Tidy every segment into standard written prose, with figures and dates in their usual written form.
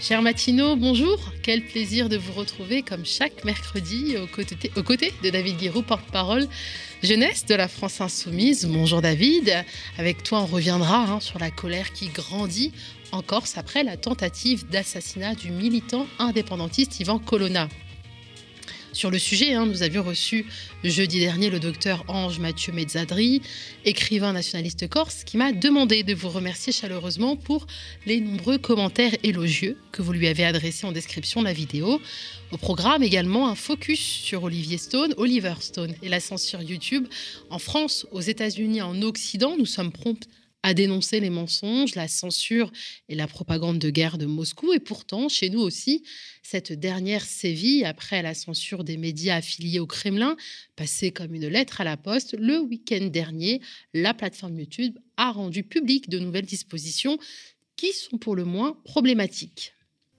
Chers matinaux, bonjour. Quel plaisir de vous retrouver comme chaque mercredi aux côtés de David Guiraud, porte-parole jeunesse de la France Insoumise. Bonjour David. Avec toi, on reviendra sur la colère qui grandit en Corse après la tentative d'assassinat du militant indépendantiste Ivan Colonna. Sur le sujet, nous avions reçu jeudi dernier le docteur Ange Mathieu Mezzadri, écrivain nationaliste corse, qui m'a demandé de vous remercier chaleureusement pour les nombreux commentaires élogieux que vous lui avez adressés en description de la vidéo. Au programme également un focus sur Oliver Stone et la censure YouTube. En France, aux États-Unis, en Occident, nous sommes prompts à dénoncer les mensonges, la censure et la propagande de guerre de Moscou. Et pourtant, chez nous aussi, cette dernière sévit après la censure des médias affiliés au Kremlin, passée comme une lettre à la poste. Le week-end dernier, la plateforme YouTube a rendu publiques de nouvelles dispositions qui sont pour le moins problématiques.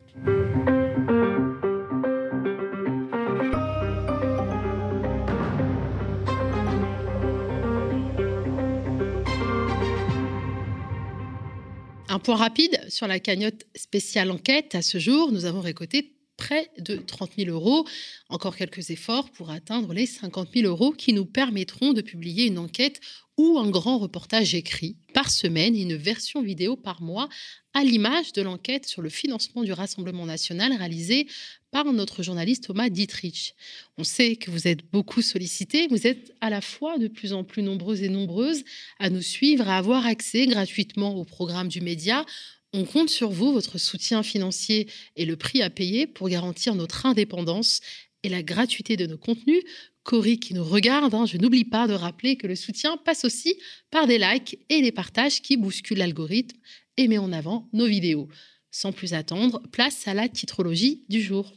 Un point rapide sur la cagnotte spéciale enquête. À ce jour, nous avons récolté près de 30 000 €. Encore quelques efforts pour atteindre les 50 000 € qui nous permettront de publier une enquête ou un grand reportage écrit par semaine et une version vidéo par mois, à l'image de l'enquête sur le financement du Rassemblement national réalisée par notre journaliste Thomas Dietrich. On sait que vous êtes beaucoup sollicités, vous êtes à la fois de plus en plus nombreuses et nombreuses à nous suivre, à avoir accès gratuitement au programme du média. On compte sur vous, votre soutien financier et le prix à payer pour garantir notre indépendance et la gratuité de nos contenus. Cory qui nous regarde, je n'oublie pas de rappeler que le soutien passe aussi par des likes et des partages qui bousculent l'algorithme et met en avant nos vidéos. Sans plus attendre, place à la titrologie du jour.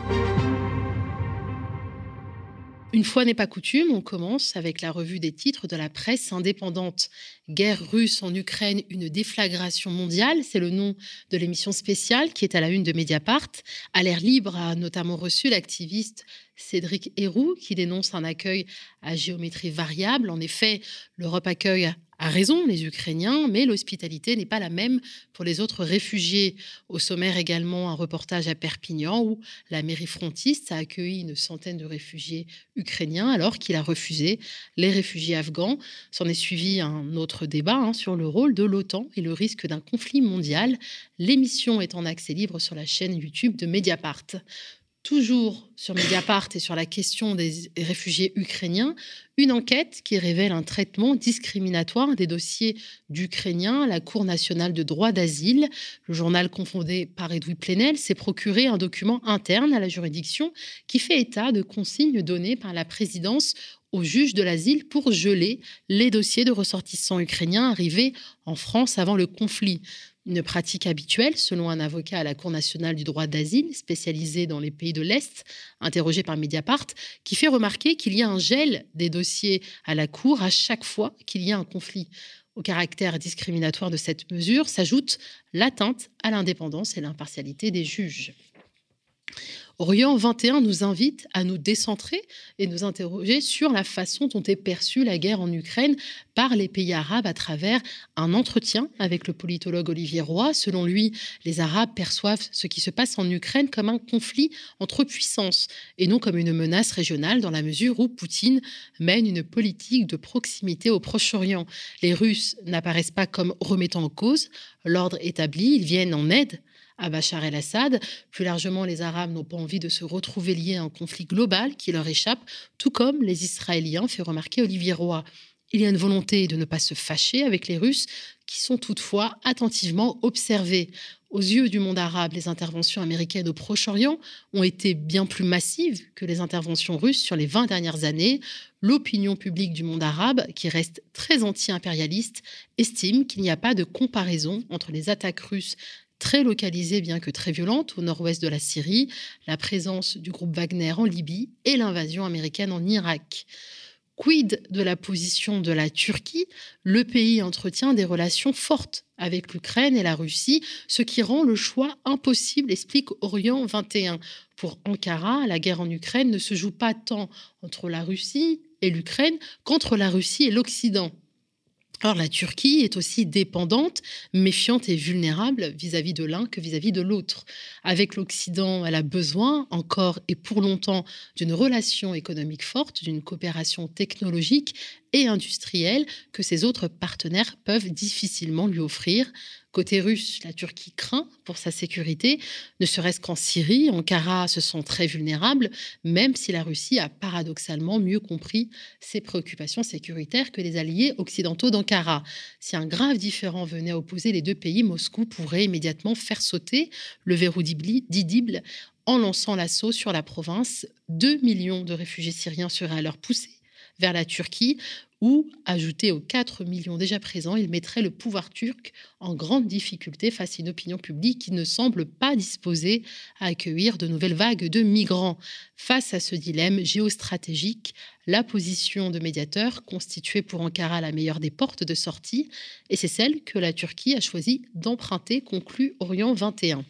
Une fois n'est pas coutume, on commence avec la revue des titres de la presse indépendante. Guerre russe en Ukraine, une déflagration mondiale, c'est le nom de l'émission spéciale qui est à la une de Mediapart. À l'air libre a notamment reçu l'activiste Cédric Héroux qui dénonce un accueil à géométrie variable. En effet, l'Europe accueille a raison les Ukrainiens, mais l'hospitalité n'est pas la même pour les autres réfugiés. Au sommaire également un reportage à Perpignan où la mairie frontiste a accueilli une centaine de réfugiés ukrainiens alors qu'il a refusé les réfugiés afghans. S'en est suivi un autre débat sur le rôle de l'OTAN et le risque d'un conflit mondial. L'émission est en accès libre sur la chaîne YouTube de Mediapart. Toujours sur Mediapart et sur la question des réfugiés ukrainiens, une enquête qui révèle un traitement discriminatoire des dossiers d'Ukrainiens. La Cour nationale de droit d'asile, le journal confondé par Edoui Plenel, s'est procuré un document interne à la juridiction qui fait état de consignes données par la présidence aux juges de l'asile pour geler les dossiers de ressortissants ukrainiens arrivés en France avant le conflit. Une pratique habituelle, selon un avocat à la Cour nationale du droit d'asile, spécialisé dans les pays de l'Est, interrogé par Mediapart, qui fait remarquer qu'il y a un gel des dossiers à la Cour à chaque fois qu'il y a un conflit. Au caractère discriminatoire de cette mesure s'ajoute l'atteinte à l'indépendance et l'impartialité des juges. Orient 21 nous invite à nous décentrer et nous interroger sur la façon dont est perçue la guerre en Ukraine par les pays arabes à travers un entretien avec le politologue Olivier Roy. Selon lui, les Arabes perçoivent ce qui se passe en Ukraine comme un conflit entre puissances et non comme une menace régionale dans la mesure où Poutine mène une politique de proximité au Proche-Orient. Les Russes n'apparaissent pas comme remettant en cause l'ordre établi, ils viennent en aide à Bachar el-Assad. Plus largement, les Arabes n'ont pas envie de se retrouver liés à un conflit global qui leur échappe, tout comme les Israéliens, fait remarquer Olivier Roy. Il y a une volonté de ne pas se fâcher avec les Russes, qui sont toutefois attentivement observés. Aux yeux du monde arabe, les interventions américaines au Proche-Orient ont été bien plus massives que les interventions russes sur les 20 dernières années. L'opinion publique du monde arabe, qui reste très anti-impérialiste, estime qu'il n'y a pas de comparaison entre les attaques russes très localisée bien que très violente au nord-ouest de la Syrie, la présence du groupe Wagner en Libye et l'invasion américaine en Irak. Quid de la position de la Turquie ? Le pays entretient des relations fortes avec l'Ukraine et la Russie, ce qui rend le choix impossible, explique Orient 21. Pour Ankara, la guerre en Ukraine ne se joue pas tant entre la Russie et l'Ukraine qu'entre la Russie et l'Occident. Or, la Turquie est aussi dépendante, méfiante et vulnérable vis-à-vis de l'un que vis-à-vis de l'autre. Avec l'Occident, elle a besoin, encore et pour longtemps, d'une relation économique forte, d'une coopération technologique et industrielle que ses autres partenaires peuvent difficilement lui offrir. Côté russe, la Turquie craint pour sa sécurité, ne serait-ce qu'en Syrie. Ankara se sent très vulnérable, même si la Russie a paradoxalement mieux compris ses préoccupations sécuritaires que les alliés occidentaux d'Ankara. Si un grave différend venait à opposer les deux pays, Moscou pourrait immédiatement faire sauter le verrou d'Idlib en lançant l'assaut sur la province. 2 millions de réfugiés syriens seraient alors poussés vers la Turquie, ou, ajouté aux 4 millions déjà présents, il mettrait le pouvoir turc en grande difficulté face à une opinion publique qui ne semble pas disposée à accueillir de nouvelles vagues de migrants. Face à ce dilemme géostratégique, la position de médiateur constituait pour Ankara la meilleure des portes de sortie, et c'est celle que la Turquie a choisi d'emprunter, conclut Orient 21.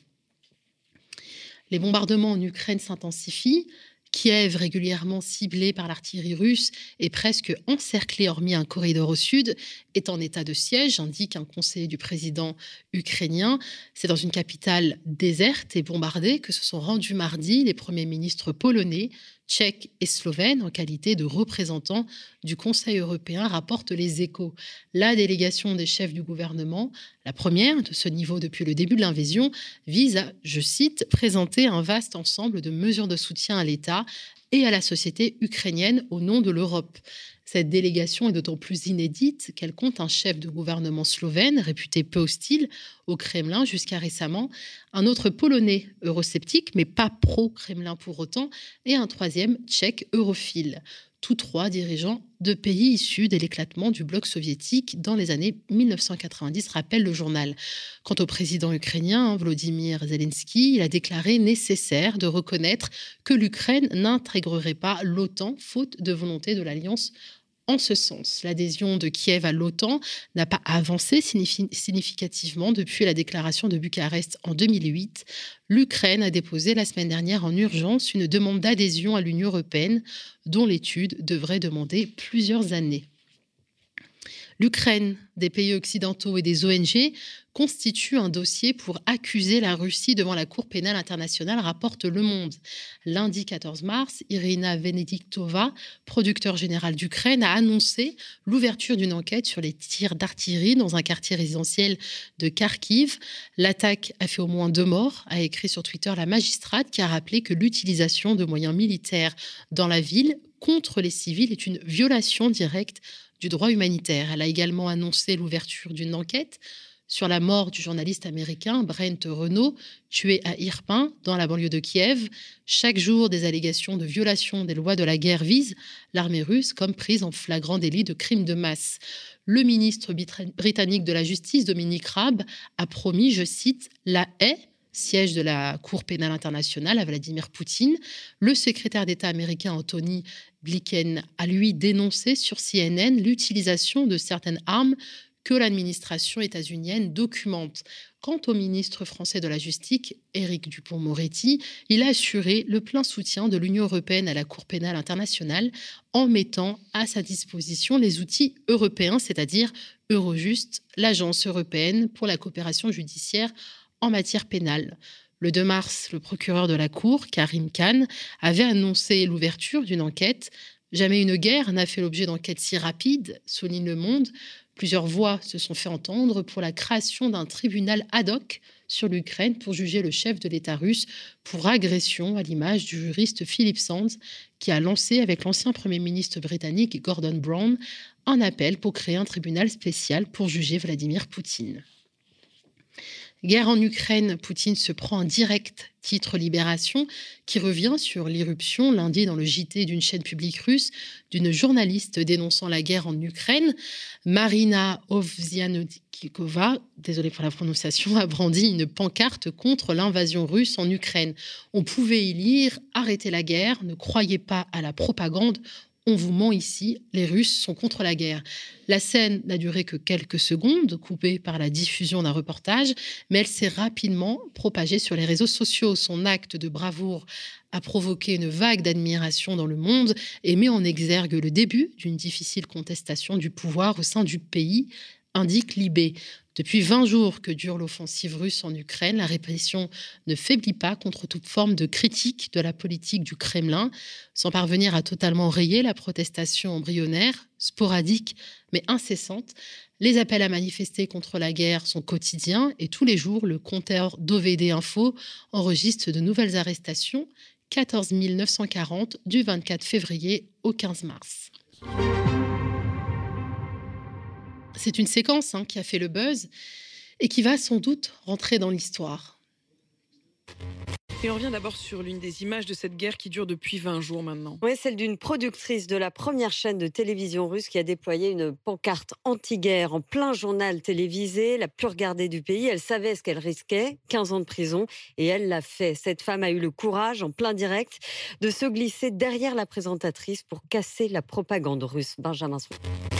Les bombardements en Ukraine s'intensifient. Kiev, régulièrement ciblé par l'artillerie russe et presque encerclé hormis un corridor au sud, est en état de siège, indique un conseiller du président ukrainien. C'est dans une capitale déserte et bombardée que se sont rendus mardi les premiers ministres polonais, tchèques et slovènes en qualité de représentants du Conseil européen, rapportent les Échos. La délégation des chefs du gouvernement, la première de ce niveau depuis le début de l'invasion, vise à, je cite, présenter un vaste ensemble de mesures de soutien à l'État et à la société ukrainienne au nom de l'Europe. Cette délégation est d'autant plus inédite qu'elle compte un chef de gouvernement slovène, réputé peu hostile au Kremlin jusqu'à récemment, un autre polonais eurosceptique, mais pas pro-Kremlin pour autant, et un troisième tchèque europhile. Tous trois dirigeants de pays issus de l'éclatement du bloc soviétique dans les années 1990, rappelle le journal. Quant au président ukrainien, Volodymyr Zelensky, il a déclaré nécessaire de reconnaître que l'Ukraine n'intégrerait pas l'OTAN, faute de volonté de l'Alliance en ce sens. L'adhésion de Kiev à l'OTAN n'a pas avancé significativement depuis la déclaration de Bucarest en 2008. L'Ukraine a déposé la semaine dernière en urgence une demande d'adhésion à l'Union européenne, dont l'étude devrait demander plusieurs années. L'Ukraine, des pays occidentaux et des ONG constitue un dossier pour accuser la Russie devant la Cour pénale internationale, rapporte Le Monde. Lundi 14 mars, Irina Venediktova, producteur général d'Ukraine, a annoncé l'ouverture d'une enquête sur les tirs d'artillerie dans un quartier résidentiel de Kharkiv. L'attaque a fait au moins 2 morts, a écrit sur Twitter la magistrate qui a rappelé que l'utilisation de moyens militaires dans la ville contre les civils est une violation directe du droit humanitaire. Elle a également annoncé l'ouverture d'une enquête sur la mort du journaliste américain Brent Renaud, tué à Irpin, dans la banlieue de Kiev. Chaque jour, des allégations de violation des lois de la guerre visent l'armée russe comme prise en flagrant délit de crimes de masse. Le ministre britannique de la Justice, Dominic Raab, a promis, je cite, « la haie », siège de la Cour pénale internationale à Vladimir Poutine. Le secrétaire d'État américain Anthony Blinken a lui dénoncé sur CNN l'utilisation de certaines armes que l'administration états-unienne documente. Quant au ministre français de la Justice, Éric Dupond-Moretti, il a assuré le plein soutien de l'Union européenne à la Cour pénale internationale en mettant à sa disposition les outils européens, c'est-à-dire Eurojust, l'agence européenne pour la coopération judiciaire en matière pénale. Le 2 mars, le procureur de la Cour, Karim Khan, avait annoncé l'ouverture d'une enquête. Jamais une guerre n'a fait l'objet d'enquêtes si rapides, souligne Le Monde. Plusieurs voix se sont fait entendre pour la création d'un tribunal ad hoc sur l'Ukraine pour juger le chef de l'État russe pour agression, à l'image du juriste Philip Sands, qui a lancé avec l'ancien Premier ministre britannique Gordon Brown un appel pour créer un tribunal spécial pour juger Vladimir Poutine. Guerre en Ukraine, Poutine se prend un direct, titre Libération, qui revient sur l'irruption lundi dans le JT d'une chaîne publique russe d'une journaliste dénonçant la guerre en Ukraine. Marina Ovsianikova, désolée pour la prononciation, a brandi une pancarte contre l'invasion russe en Ukraine. On pouvait y lire « Arrêtez la guerre, ne croyez pas à la propagande ». On vous ment ici, les Russes sont contre la guerre. La scène n'a duré que quelques secondes, coupée par la diffusion d'un reportage, mais elle s'est rapidement propagée sur les réseaux sociaux. Son acte de bravoure a provoqué une vague d'admiration dans le monde et met en exergue le début d'une difficile contestation du pouvoir au sein du pays, indique Libé. Depuis 20 jours que dure l'offensive russe en Ukraine, la répression ne faiblit pas contre toute forme de critique de la politique du Kremlin, sans parvenir à totalement rayer la protestation embryonnaire, sporadique mais incessante. Les appels à manifester contre la guerre sont quotidiens et tous les jours, le compteur d'OVD Info enregistre de nouvelles arrestations, 14 940 du 24 février au 15 mars. C'est une séquence qui a fait le buzz et qui va sans doute rentrer dans l'histoire. Et on revient d'abord sur l'une des images de cette guerre qui dure depuis 20 jours maintenant. Oui, celle d'une productrice de la première chaîne de télévision russe qui a déployé une pancarte anti-guerre en plein journal télévisé, la plus regardée du pays. Elle savait ce qu'elle risquait, 15 ans de prison, et elle l'a fait. Cette femme a eu le courage, en plein direct, de se glisser derrière la présentatrice pour casser la propagande russe. Benjamin Swan.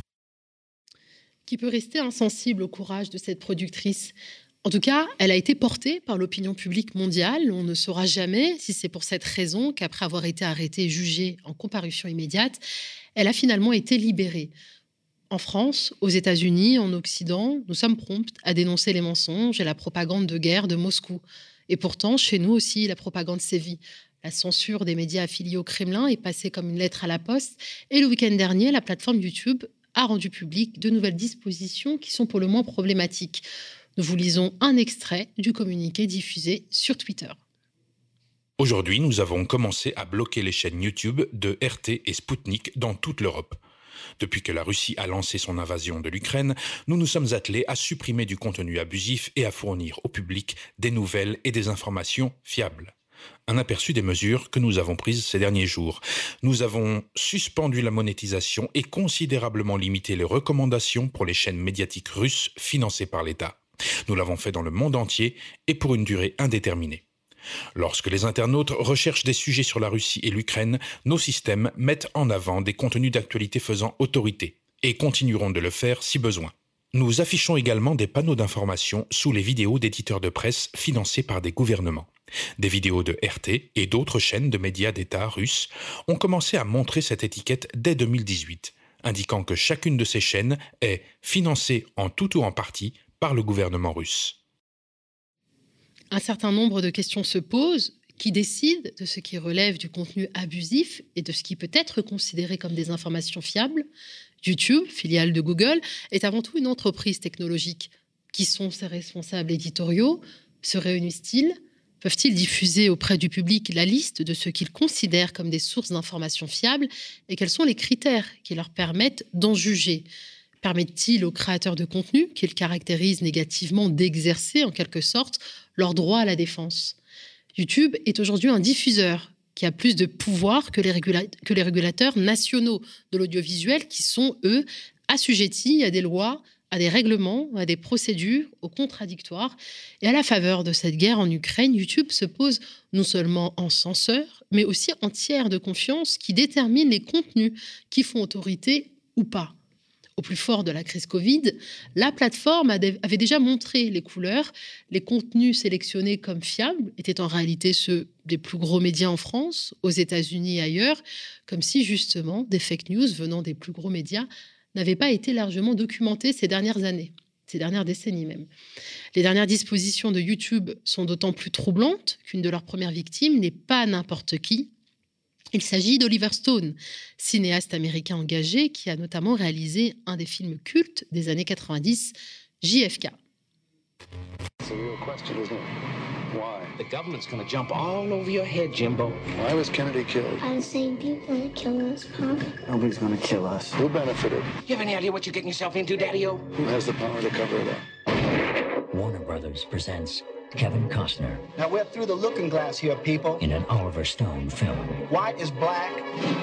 Qui peut rester insensible au courage de cette productrice. En tout cas, elle a été portée par l'opinion publique mondiale. On ne saura jamais si c'est pour cette raison qu'après avoir été arrêtée et jugée en comparution immédiate, elle a finalement été libérée. En France, aux États-Unis, en Occident, nous sommes prompts à dénoncer les mensonges et la propagande de guerre de Moscou. Et pourtant, chez nous aussi, la propagande sévit. La censure des médias affiliés au Kremlin est passée comme une lettre à la poste. Et le week-end dernier, la plateforme YouTube a rendu public de nouvelles dispositions qui sont pour le moins problématiques. Nous vous lisons un extrait du communiqué diffusé sur Twitter. Aujourd'hui, nous avons commencé à bloquer les chaînes YouTube de RT et Sputnik dans toute l'Europe. Depuis que la Russie a lancé son invasion de l'Ukraine, nous nous sommes attelés à supprimer du contenu abusif et à fournir au public des nouvelles et des informations fiables. Un aperçu des mesures que nous avons prises ces derniers jours. Nous avons suspendu la monétisation et considérablement limité les recommandations pour les chaînes médiatiques russes financées par l'État. Nous l'avons fait dans le monde entier et pour une durée indéterminée. Lorsque les internautes recherchent des sujets sur la Russie et l'Ukraine, nos systèmes mettent en avant des contenus d'actualité faisant autorité et continueront de le faire si besoin. Nous affichons également des panneaux d'information sous les vidéos d'éditeurs de presse financés par des gouvernements. Des vidéos de RT et d'autres chaînes de médias d'État russes ont commencé à montrer cette étiquette dès 2018, indiquant que chacune de ces chaînes est financée en tout ou en partie par le gouvernement russe. Un certain nombre de questions se posent. Qui décide de ce qui relève du contenu abusif et de ce qui peut être considéré comme des informations fiables ? YouTube, filiale de Google, est avant tout une entreprise technologique. Qui sont ses responsables éditoriaux ? Se réunissent-ils ? Peuvent-ils diffuser auprès du public la liste de ce qu'ils considèrent comme des sources d'informations fiables et quels sont les critères qui leur permettent d'en juger ? Permettent-ils aux créateurs de contenu, qu'ils caractérisent négativement, d'exercer en quelque sorte leur droit à la défense ? YouTube est aujourd'hui un diffuseur qui a plus de pouvoir que les régulateurs nationaux de l'audiovisuel qui sont, eux, assujettis à des lois, à des règlements, à des procédures, aux contradictoires. Et à la faveur de cette guerre en Ukraine, YouTube se pose non seulement en censeur, mais aussi en tiers de confiance qui détermine les contenus qui font autorité ou pas. Au plus fort de la crise Covid, la plateforme avait déjà montré les couleurs. Les contenus sélectionnés comme fiables étaient en réalité ceux des plus gros médias en France, aux États-Unis et ailleurs, comme si justement des fake news venant des plus gros médias n'avaient pas été largement documentés ces dernières années, ces dernières décennies même. Les dernières dispositions de YouTube sont d'autant plus troublantes qu'une de leurs premières victimes n'est pas n'importe qui. Il s'agit d'Oliver Stone, cinéaste américain engagé qui a notamment réalisé un des films cultes des années 90, JFK. It's a real question, isn't it? Why? The government's going to jump all over your head, Jimbo. Why was Kennedy killed? By the same people that killed us, Pop. Nobody's going to kill us. Who benefited? You have any idea what you're getting yourself into, Daddy-O? Who has the power to cover it up? Warner Brothers presents Kevin Costner. Now we're through the looking glass here, people. In an Oliver Stone film. White is black,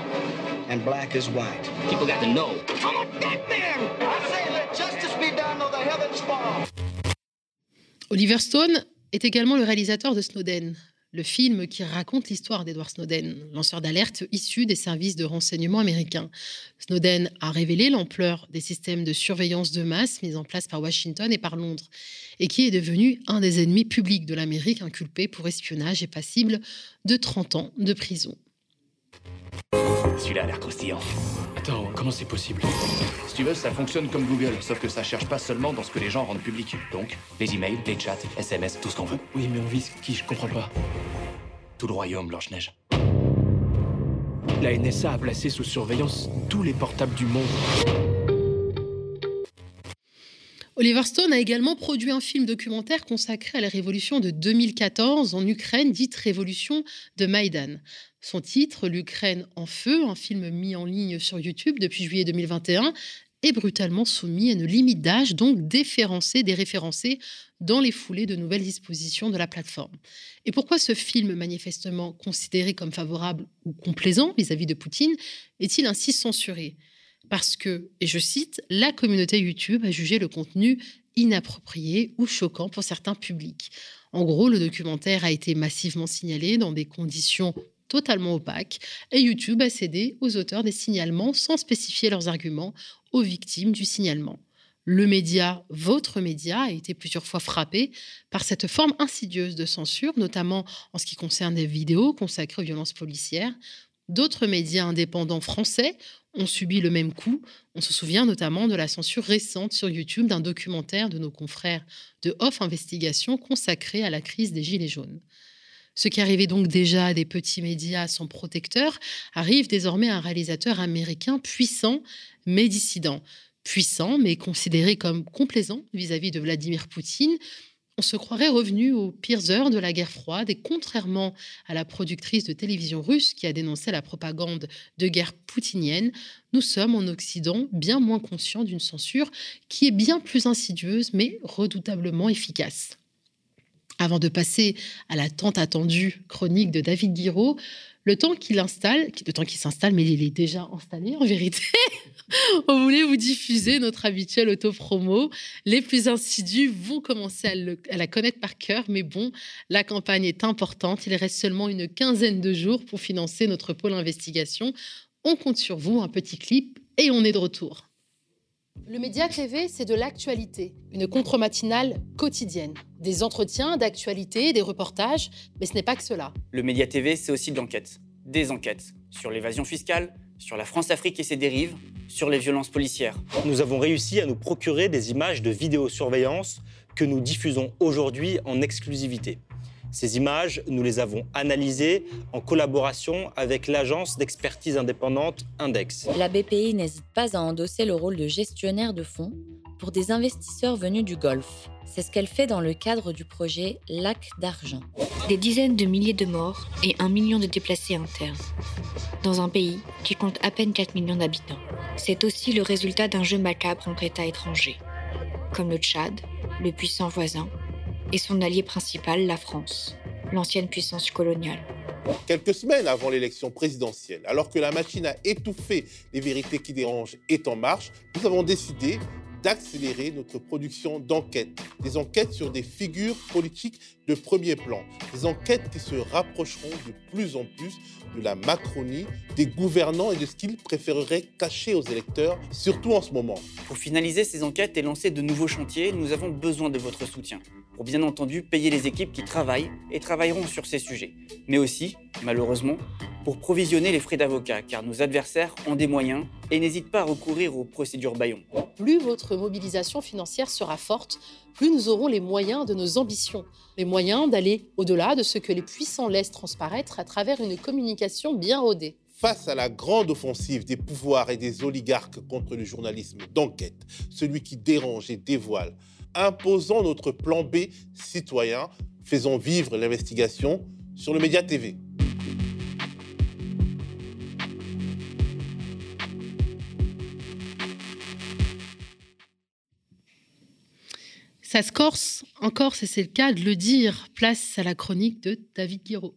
and black is white. People got to know. I'm a dead man! I say let justice be done or the heavens fall. Oliver Stone est également le réalisateur de Snowden, le film qui raconte l'histoire d'Edward Snowden, lanceur d'alerte issu des services de renseignement américains. Snowden a révélé l'ampleur des systèmes de surveillance de masse mis en place par Washington et par Londres, et qui est devenu un des ennemis publics de l'Amérique inculpé pour espionnage et passible de 30 ans de prison. Celui-là a l'air croustillant. Attends, comment c'est possible ? Si tu veux, ça fonctionne comme Google, sauf que ça cherche pas seulement dans ce que les gens rendent public. Donc, les emails, les chats, SMS, tout ce qu'on veut. Oui, mais on vise qui ? Je comprends pas. Tout le royaume, Blanche-Neige. La NSA a placé sous surveillance tous les portables du monde. Oliver Stone a également produit un film documentaire consacré à la révolution de 2014 en Ukraine, dite révolution de Maïdan. Son titre, L'Ukraine en feu, un film mis en ligne sur YouTube depuis juillet 2021, est brutalement soumis à une limite d'âge, donc déréférencé dans les foulées de nouvelles dispositions de la plateforme. Et pourquoi ce film, manifestement considéré comme favorable ou complaisant vis-à-vis de Poutine, est-il ainsi censuré ? Parce que, et je cite, la communauté YouTube a jugé le contenu inapproprié ou choquant pour certains publics. En gros, le documentaire a été massivement signalé dans des conditions totalement opaques et YouTube a cédé aux auteurs des signalements sans spécifier leurs arguments aux victimes du signalement. Le média, votre média, a été plusieurs fois frappé par cette forme insidieuse de censure, notamment en ce qui concerne des vidéos consacrées aux violences policières. D'autres médias indépendants français ont subi le même coup. On se souvient notamment de la censure récente sur YouTube d'un documentaire de nos confrères de Off Investigation consacré à la crise des Gilets jaunes. Ce qui arrivait donc déjà à des petits médias sans protecteur arrive désormais à un réalisateur américain puissant mais dissident. Puissant mais considéré comme complaisant vis-à-vis de Vladimir Poutine. On se croirait revenu aux pires heures de la guerre froide et contrairement à la productrice de télévision russe qui a dénoncé la propagande de guerre poutinienne, nous sommes en Occident bien moins conscients d'une censure qui est bien plus insidieuse mais redoutablement efficace. Avant de passer à la tant attendue chronique de David Guiraud, le temps qu'il s'installe, mais il est déjà installé en vérité, on voulait vous diffuser notre habituel auto-promo. Les plus insidus vont commencer à la connaître par cœur, mais bon, la campagne est importante. Il reste seulement une quinzaine de jours pour financer notre pôle investigation. On compte sur vous, un petit clip, et on est de retour. Le Média TV, c'est de l'actualité, une contre-matinale quotidienne. Des entretiens, d'actualité, des reportages, mais ce n'est pas que cela. Le Média TV, c'est aussi de l'enquête. Des enquêtes sur l'évasion fiscale, sur la France-Afrique et ses dérives, sur les violences policières. Nous avons réussi à nous procurer des images de vidéosurveillance que nous diffusons aujourd'hui en exclusivité. Ces images, nous les avons analysées en collaboration avec l'agence d'expertise indépendante Index. La BPI n'hésite pas à endosser le rôle de gestionnaire de fonds pour des investisseurs venus du Golfe. C'est ce qu'elle fait dans le cadre du projet Lac d'Argent. Des dizaines de milliers de morts et 1 million de déplacés internes. Dans un pays qui compte à peine 4 millions d'habitants. C'est aussi le résultat d'un jeu macabre entre États étrangers, comme le Tchad, le puissant voisin, et son allié principal, la France, l'ancienne puissance coloniale. Quelques semaines avant l'élection présidentielle, alors que la machine à étouffer les vérités qui dérangent est en marche, nous avons décidé d'accélérer notre production d'enquêtes. Des enquêtes sur des figures politiques de premier plan. Des enquêtes qui se rapprocheront de plus en plus de la Macronie, des gouvernants et de ce qu'ils préféreraient cacher aux électeurs, surtout en ce moment. Pour finaliser ces enquêtes et lancer de nouveaux chantiers, nous avons besoin de votre soutien. Pour bien entendu payer les équipes qui travaillent et travailleront sur ces sujets. Mais aussi, malheureusement, pour provisionner les frais d'avocat, car nos adversaires ont des moyens et n'hésitent pas à recourir aux procédures bâillons. Plus votre mobilisation financière sera forte, plus nous aurons les moyens de nos ambitions. Les moyens d'aller au-delà de ce que les puissants laissent transparaître à travers une communication bien rodée. Face à la grande offensive des pouvoirs et des oligarques contre le journalisme d'enquête, celui qui dérange et dévoile, imposons notre plan B citoyen, faisons vivre l'investigation sur le Média TV. Ça se corse en Corse et c'est le cas de le dire. Place à la chronique de David Guiraud.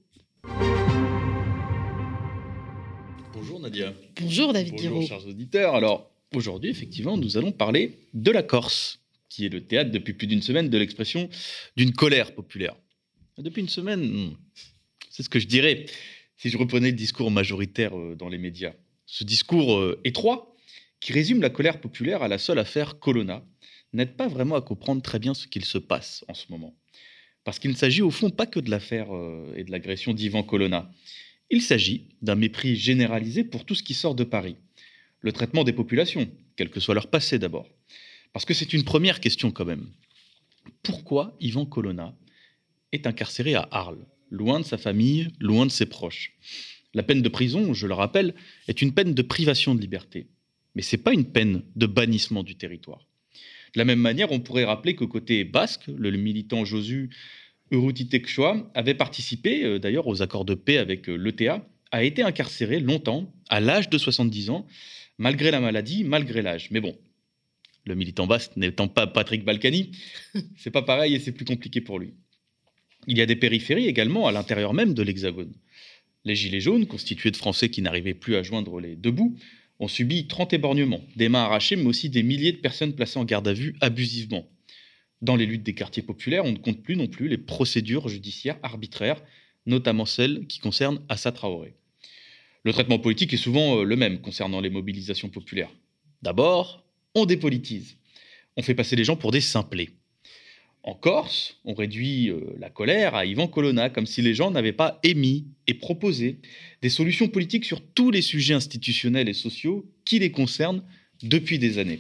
Bonjour Nadia. Bonjour David Guiraud. Bonjour chers auditeurs. Alors aujourd'hui, effectivement, nous allons parler de la Corse, qui est le théâtre depuis plus d'une semaine de l'expression d'une colère populaire. Depuis une semaine, C'est ce que je dirais si je reprenais le discours majoritaire dans les médias. Ce discours étroit, qui résume la colère populaire à la seule affaire Colonna, n'aide pas vraiment à comprendre très bien ce qu'il se passe en ce moment. Parce qu'il ne s'agit au fond pas que de l'affaire et de l'agression d'Ivan Colonna. Il s'agit d'un mépris généralisé pour tout ce qui sort de Paris. Le traitement des populations, quel que soit leur passé d'abord. Parce que c'est une première question quand même. Pourquoi Ivan Colonna est incarcéré à Arles, loin de sa famille, loin de ses proches? La peine de prison, je le rappelle, est une peine de privation de liberté. Mais ce n'est pas une peine de bannissement du territoire. De la même manière, on pourrait rappeler que côté basque, le militant Josu Urrutitekchoa avait participé d'ailleurs aux accords de paix avec l'ETA, a été incarcéré longtemps, à l'âge de 70 ans, malgré la maladie, malgré l'âge. Mais bon, le militant basque n'étant pas Patrick Balkany, c'est pas pareil et c'est plus compliqué pour lui. Il y a des périphéries également à l'intérieur même de l'Hexagone. Les Gilets jaunes, constitués de Français qui n'arrivaient plus à joindre les deux bouts, ont subi 30 éborgnements, des mains arrachées, mais aussi des milliers de personnes placées en garde à vue abusivement. Dans les luttes des quartiers populaires, on ne compte plus non plus les procédures judiciaires arbitraires, notamment celles qui concernent Assa Traoré. Le traitement politique est souvent le même concernant les mobilisations populaires. D'abord, on dépolitise. On fait passer les gens pour des simplés. En Corse, on réduit la colère à Ivan Colonna, comme si les gens n'avaient pas émis et proposé des solutions politiques sur tous les sujets institutionnels et sociaux qui les concernent depuis des années.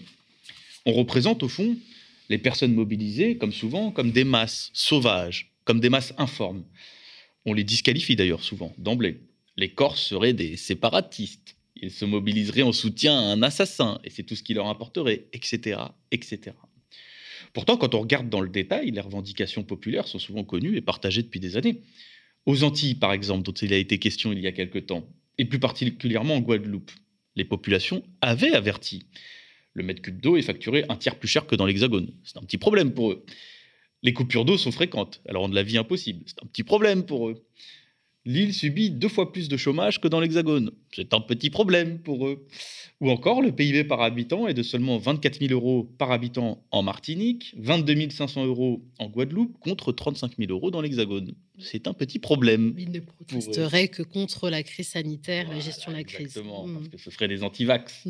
On représente au fond les personnes mobilisées, comme souvent, comme des masses sauvages, comme des masses informes. On les disqualifie d'ailleurs souvent, d'emblée. Les Corses seraient des séparatistes. Ils se mobiliseraient en soutien à un assassin, et c'est tout ce qui leur importerait, etc., etc. Pourtant, quand on regarde dans le détail, les revendications populaires sont souvent connues et partagées depuis des années. Aux Antilles, par exemple, dont il a été question il y a quelque temps, et plus particulièrement en Guadeloupe, les populations avaient averti. Le mètre cube d'eau est facturé 1/3 plus cher que dans l'Hexagone. C'est un petit problème pour eux. Les coupures d'eau sont fréquentes, elles rendent la vie impossible. C'est un petit problème pour eux. L'île subit 2 fois plus de chômage que dans l'Hexagone. C'est un petit problème pour eux. Ou encore, le PIB par habitant est de seulement 24 000 € par habitant en Martinique, 22 500 € en Guadeloupe, contre 35 000 € dans l'Hexagone. C'est un petit problème. Ils ne protesteraient que contre la crise sanitaire, la gestion de la crise. Exactement, parce que ce seraient des anti-vax.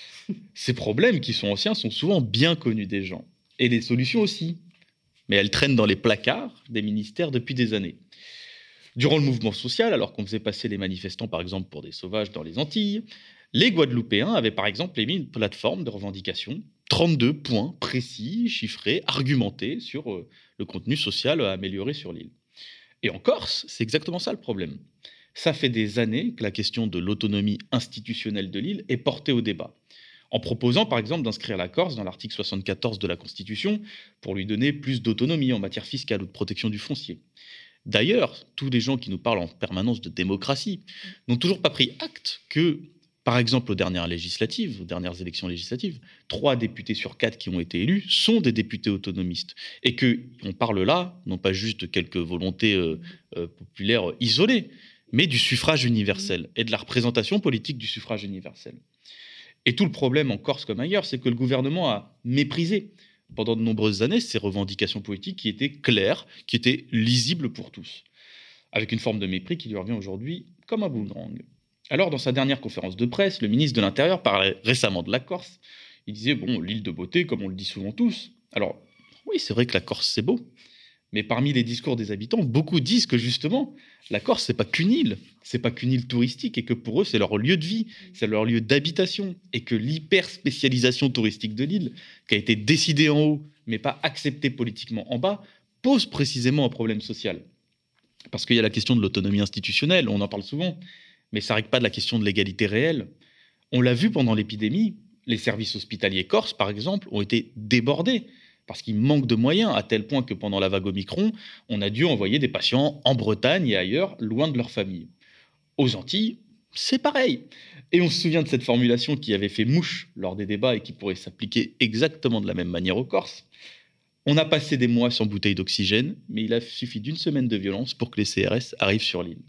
Ces problèmes, qui sont anciens, sont souvent bien connus des gens. Et les solutions aussi. Mais elles traînent dans les placards des ministères depuis des années. Durant le mouvement social, alors qu'on faisait passer les manifestants, par exemple, pour des sauvages dans les Antilles, les Guadeloupéens avaient, par exemple, émis une plateforme de revendication, 32 points précis, chiffrés, argumentés sur le contenu social à améliorer sur l'île. Et en Corse, c'est exactement ça le problème. Ça fait des années que la question de l'autonomie institutionnelle de l'île est portée au débat, en proposant, par exemple, d'inscrire la Corse dans l'article 74 de la Constitution pour lui donner plus d'autonomie en matière fiscale ou de protection du foncier. D'ailleurs, tous les gens qui nous parlent en permanence de démocratie n'ont toujours pas pris acte que, par exemple, aux dernières élections législatives, 3 députés sur 4 qui ont été élus sont des députés autonomistes. Et qu'on parle là, non pas juste de quelques volontés populaires isolées, mais du suffrage universel et de la représentation politique du suffrage universel. Et tout le problème en Corse comme ailleurs, c'est que le gouvernement a méprisé pendant de nombreuses années ces revendications politiques qui étaient claires, qui étaient lisibles pour tous, avec une forme de mépris qui lui revient aujourd'hui comme un boomerang. Alors, dans sa dernière conférence de presse, le ministre de l'Intérieur parlait récemment de la Corse. Il disait, l'île de beauté, comme on le dit souvent tous. Alors, oui, c'est vrai que la Corse, c'est beau. Mais parmi les discours des habitants, beaucoup disent que justement, la Corse, c'est pas qu'une île touristique, et que pour eux, c'est leur lieu de vie, c'est leur lieu d'habitation, et que l'hyper-spécialisation touristique de l'île, qui a été décidée en haut, mais pas acceptée politiquement en bas, pose précisément un problème social. Parce qu'il y a la question de l'autonomie institutionnelle, on en parle souvent, mais ça ne règle pas de la question de l'égalité réelle. On l'a vu pendant l'épidémie, les services hospitaliers corses, par exemple, ont été débordés, parce qu'il manque de moyens, à tel point que pendant la vague Omicron, on a dû envoyer des patients en Bretagne et ailleurs, loin de leur famille. Aux Antilles, c'est pareil. Et on se souvient de cette formulation qui avait fait mouche lors des débats et qui pourrait s'appliquer exactement de la même manière aux Corses. On a passé des mois sans bouteille d'oxygène, mais il a suffi d'une semaine de violence pour que les CRS arrivent sur l'île.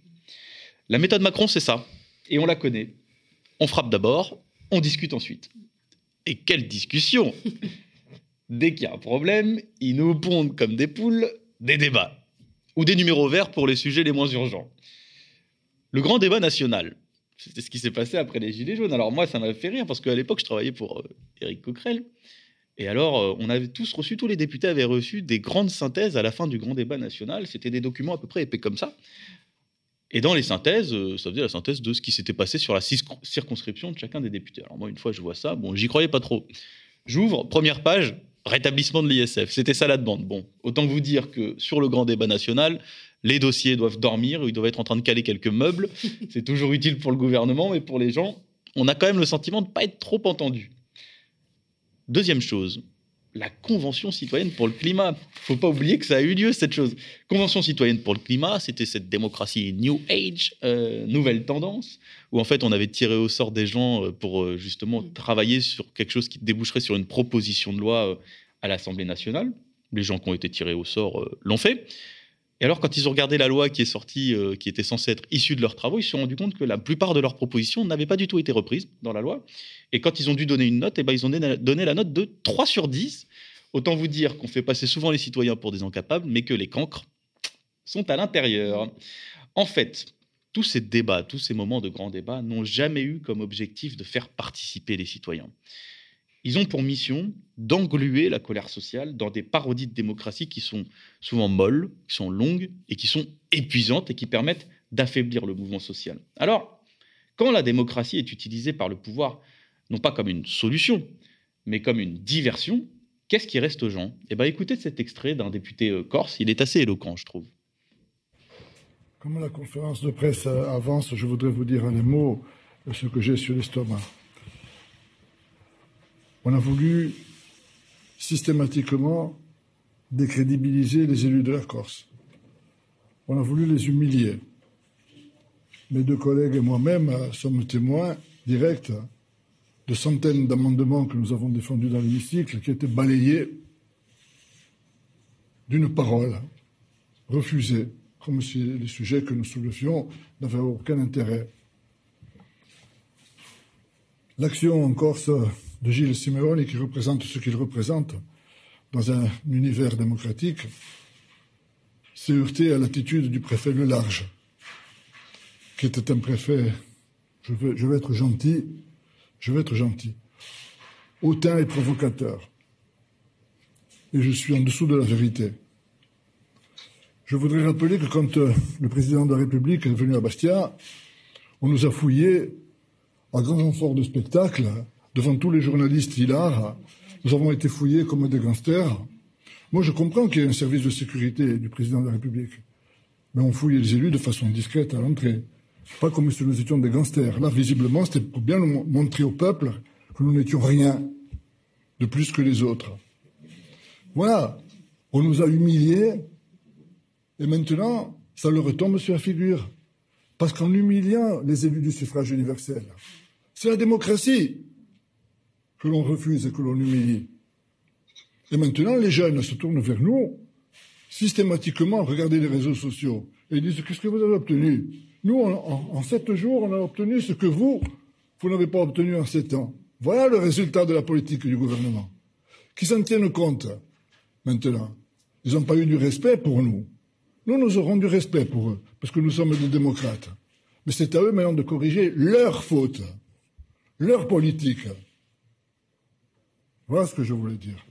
La méthode Macron, c'est ça. Et on la connaît. On frappe d'abord, on discute ensuite. Et quelle discussion! Dès qu'il y a un problème, ils nous pondent comme des poules des débats. Ou des numéros verts pour les sujets les moins urgents. Le grand débat national, c'était ce qui s'est passé après les Gilets jaunes. Alors moi, ça m'a fait rire parce qu'à l'époque, je travaillais pour Éric Coquerel. Et alors, on avait tous les députés avaient reçu des grandes synthèses à la fin du grand débat national. C'était des documents à peu près épais comme ça. Et dans les synthèses, ça faisait la synthèse de ce qui s'était passé sur la circonscription de chacun des députés. Alors moi, une fois, je vois ça, j'y croyais pas trop. J'ouvre, première page, rétablissement de l'ISF. C'était ça la demande. Bon, autant vous dire que sur le grand débat national, les dossiers doivent dormir, ils doivent être en train de caler quelques meubles. C'est toujours utile pour le gouvernement, mais pour les gens, on a quand même le sentiment de ne pas être trop entendu. Deuxième chose, la Convention citoyenne pour le climat. Il ne faut pas oublier que ça a eu lieu, cette chose. Convention citoyenne pour le climat, c'était cette démocratie New Age, nouvelle tendance, où en fait on avait tiré au sort des gens pour justement travailler sur quelque chose qui déboucherait sur une proposition de loi à l'Assemblée nationale. Les gens qui ont été tirés au sort l'ont fait. Et alors, quand ils ont regardé la loi qui est sortie, qui était censée être issue de leurs travaux, ils se sont rendus compte que la plupart de leurs propositions n'avaient pas du tout été reprises dans la loi. Et quand ils ont dû donner une note, ils ont donné la note de 3 sur 10. Autant vous dire qu'on fait passer souvent les citoyens pour des incapables, mais que les cancres sont à l'intérieur. En fait, tous ces débats, tous ces moments de grands débats n'ont jamais eu comme objectif de faire participer les citoyens. Ils ont pour mission d'engluer la colère sociale dans des parodies de démocratie qui sont souvent molles, qui sont longues et qui sont épuisantes et qui permettent d'affaiblir le mouvement social. Alors, quand la démocratie est utilisée par le pouvoir, non pas comme une solution, mais comme une diversion, qu'est-ce qui reste aux gens ? Écoutez cet extrait d'un député corse, il est assez éloquent, je trouve. Comme la conférence de presse avance, je voudrais vous dire un mot de ce que j'ai sur l'estomac. On a voulu systématiquement décrédibiliser les élus de la Corse. On a voulu les humilier. Mes 2 collègues et moi-même sommes témoins directs de centaines d'amendements que nous avons défendus dans l'hémicycle qui étaient balayés d'une parole, refusés, comme si les sujets que nous soulevions n'avaient aucun intérêt. L'action en Corse de Gilles Simeoni, qui représente ce qu'il représente dans un univers démocratique, s'est heurtée à l'attitude du préfet Le Large, qui était un préfet, je vais être gentil, hautain et provocateur. Et je suis en dessous de la vérité. Je voudrais rappeler que quand le président de la République est venu à Bastia, on nous a fouillés à grand renfort de spectacle, devant tous les journalistes hilars. Nous avons été fouillés comme des gangsters. Moi, je comprends qu'il y ait un service de sécurité du président de la République. Mais on fouillait les élus de façon discrète à l'entrée. Pas comme si nous étions des gangsters. Là, visiblement, c'était pour bien nous montrer au peuple que nous n'étions rien de plus que les autres. Voilà. On nous a humiliés. Et maintenant, ça leur retombe sur la figure. Parce qu'en humiliant les élus du suffrage universel, c'est la démocratie que l'on refuse et que l'on humilie. Et maintenant, les jeunes se tournent vers nous, systématiquement, regardez les réseaux sociaux, et ils disent « Qu'est-ce que vous avez obtenu ?» Nous, en 7 jours, on a obtenu ce que vous n'avez pas obtenu en 7 ans. Voilà le résultat de la politique du gouvernement. Qui s'en tiennent compte, maintenant. Ils n'ont pas eu du respect pour nous. Nous aurons du respect pour eux, parce que nous sommes des démocrates. Mais c'est à eux maintenant de corriger leurs fautes, leur politique. Voilà ce que je voulais dire.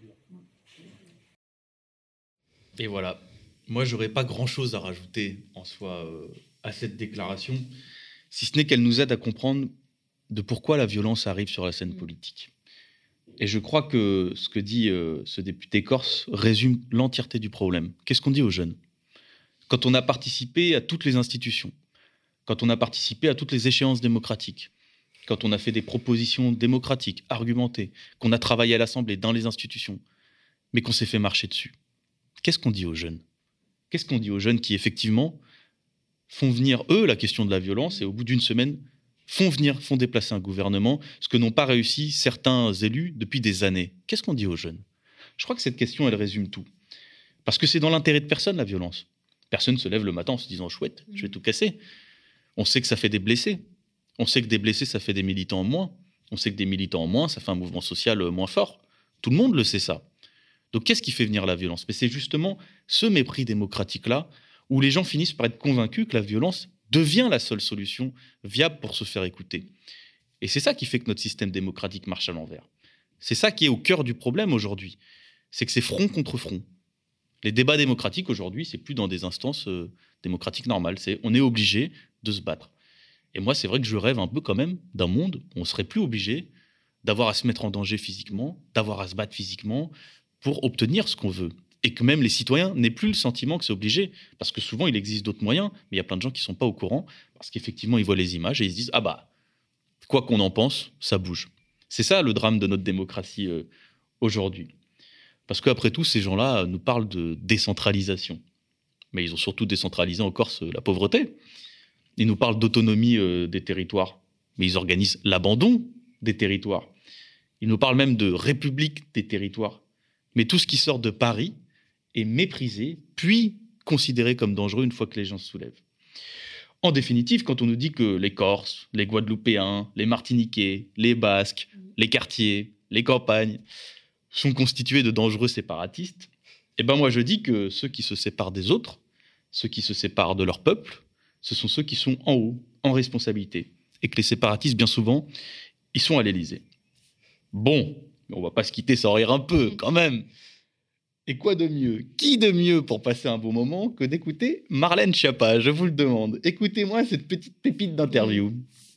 Et voilà. Moi, j'aurais pas grand-chose à rajouter en soi à cette déclaration, si ce n'est qu'elle nous aide à comprendre de pourquoi la violence arrive sur la scène politique. Et je crois que ce que dit ce député corse résume l'entièreté du problème. Qu'est-ce qu'on dit aux jeunes ? Quand on a participé à toutes les institutions, quand on a participé à toutes les échéances démocratiques, quand on a fait des propositions démocratiques, argumentées, qu'on a travaillé à l'Assemblée, dans les institutions, mais qu'on s'est fait marcher dessus, qu'est-ce qu'on dit aux jeunes ? Qu'est-ce qu'on dit aux jeunes qui, effectivement, font venir, eux, la question de la violence, et au bout d'une semaine, font déplacer un gouvernement, ce que n'ont pas réussi certains élus depuis des années. Qu'est-ce qu'on dit aux jeunes ? Je crois que cette question, elle résume tout. Parce que c'est dans l'intérêt de personne, la violence. Personne ne se lève le matin en se disant « chouette, je vais tout casser ». On sait que ça fait des blessés. On sait que des blessés, ça fait des militants en moins. On sait que des militants en moins, ça fait un mouvement social moins fort. Tout le monde le sait, ça. Donc, qu'est-ce qui fait venir la violence ? Mais c'est justement ce mépris démocratique-là où les gens finissent par être convaincus que la violence devient la seule solution viable pour se faire écouter. Et c'est ça qui fait que notre système démocratique marche à l'envers. C'est ça qui est au cœur du problème aujourd'hui. C'est que c'est front contre front. Les débats démocratiques aujourd'hui, c'est plus dans des instances démocratiques normales. On est obligé de se battre. Et moi, c'est vrai que je rêve un peu quand même d'un monde où on ne serait plus obligé d'avoir à se mettre en danger physiquement, d'avoir à se battre physiquement pour obtenir ce qu'on veut. Et que même les citoyens n'aient plus le sentiment que c'est obligé. Parce que souvent, il existe d'autres moyens, mais il y a plein de gens qui ne sont pas au courant, parce qu'effectivement, ils voient les images et ils se disent « Ah bah, quoi qu'on en pense, ça bouge ». C'est ça le drame de notre démocratie aujourd'hui. Parce qu'après tout, ces gens-là nous parlent de décentralisation. Mais ils ont surtout décentralisé en Corse la pauvreté. Ils nous parlent d'autonomie des territoires, mais ils organisent l'abandon des territoires. Ils nous parlent même de république des territoires. Mais tout ce qui sort de Paris est méprisé, puis considéré comme dangereux une fois que les gens se soulèvent. En définitive, quand on nous dit que les Corses, les Guadeloupéens, les Martiniquais, les Basques, les quartiers, les campagnes sont constitués de dangereux séparatistes, eh ben moi je dis que ceux qui se séparent des autres, ceux qui se séparent de leur peuple, ce sont ceux qui sont en haut, en responsabilité. Et que les séparatistes, bien souvent, ils sont à l'Élysée. Bon, mais on va pas se quitter sans rire un peu, quand même. Et quoi de mieux ? Qui de mieux pour passer un bon moment que d'écouter Marlène Schiappa ? Je vous le demande. Écoutez-moi cette petite pépite d'interview.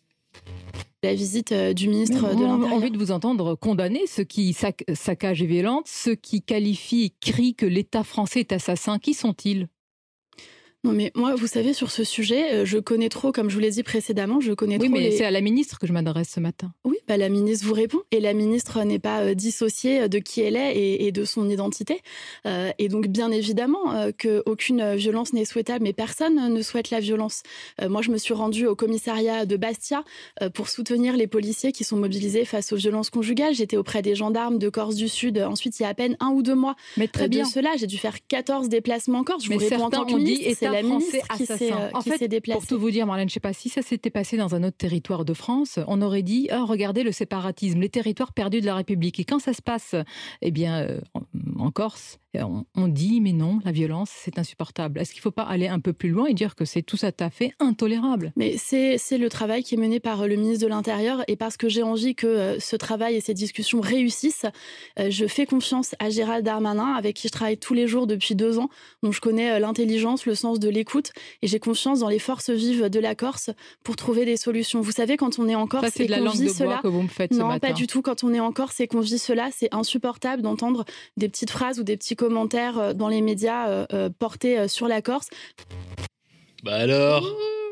La visite du ministre de l'Intérieur. J'ai envie de vous entendre condamner ceux qui saccagent et violentent, ceux qui qualifient et crient que l'État français est assassin. Qui sont-ils ? Non mais moi, vous savez, sur ce sujet, je connais trop, comme je vous l'ai dit précédemment, je connais trop. Oui, mais c'est à la ministre que je m'adresse ce matin. Oui, bah, la ministre vous répond. Et la ministre n'est pas dissociée de qui elle est et de son identité. Et donc, bien évidemment, qu'aucune violence n'est souhaitable, mais personne ne souhaite la violence. Moi, je me suis rendue au commissariat de Bastia pour soutenir les policiers qui sont mobilisés face aux violences conjugales. J'étais auprès des gendarmes de Corse du Sud. Ensuite, il y a à peine 1 ou 2 mois de cela. J'ai dû faire 14 déplacements en Corse. Je vous réponds en tant que ministre, c'est la ministre qui s'est déplacée. Pour tout vous dire, Marlène, je ne sais pas si ça s'était passé dans un autre territoire de France, on aurait dit regardez le séparatisme, les territoires perdus de la République. Et quand ça se passe en Corse, on dit mais non, la violence, c'est insupportable. Est-ce qu'il ne faut pas aller un peu plus loin et dire que c'est tout à fait intolérable ? Mais c'est le travail qui est mené par le ministre de l'Intérieur, et parce que j'ai envie que ce travail et ces discussions réussissent, je fais confiance à Gérald Darmanin, avec qui je travaille tous les jours depuis 2 ans, dont je connais l'intelligence, le sens de l'écoute, et j'ai confiance dans les forces vives de la Corse pour trouver des solutions. Vous savez, quand on est en Corse et qu'on vit cela... que vous me faites ce matin. Non, pas du tout. Quand on est en Corse et qu'on vit cela, c'est insupportable d'entendre des petites phrases ou des petits commentaires dans les médias portés sur la Corse. Bah alors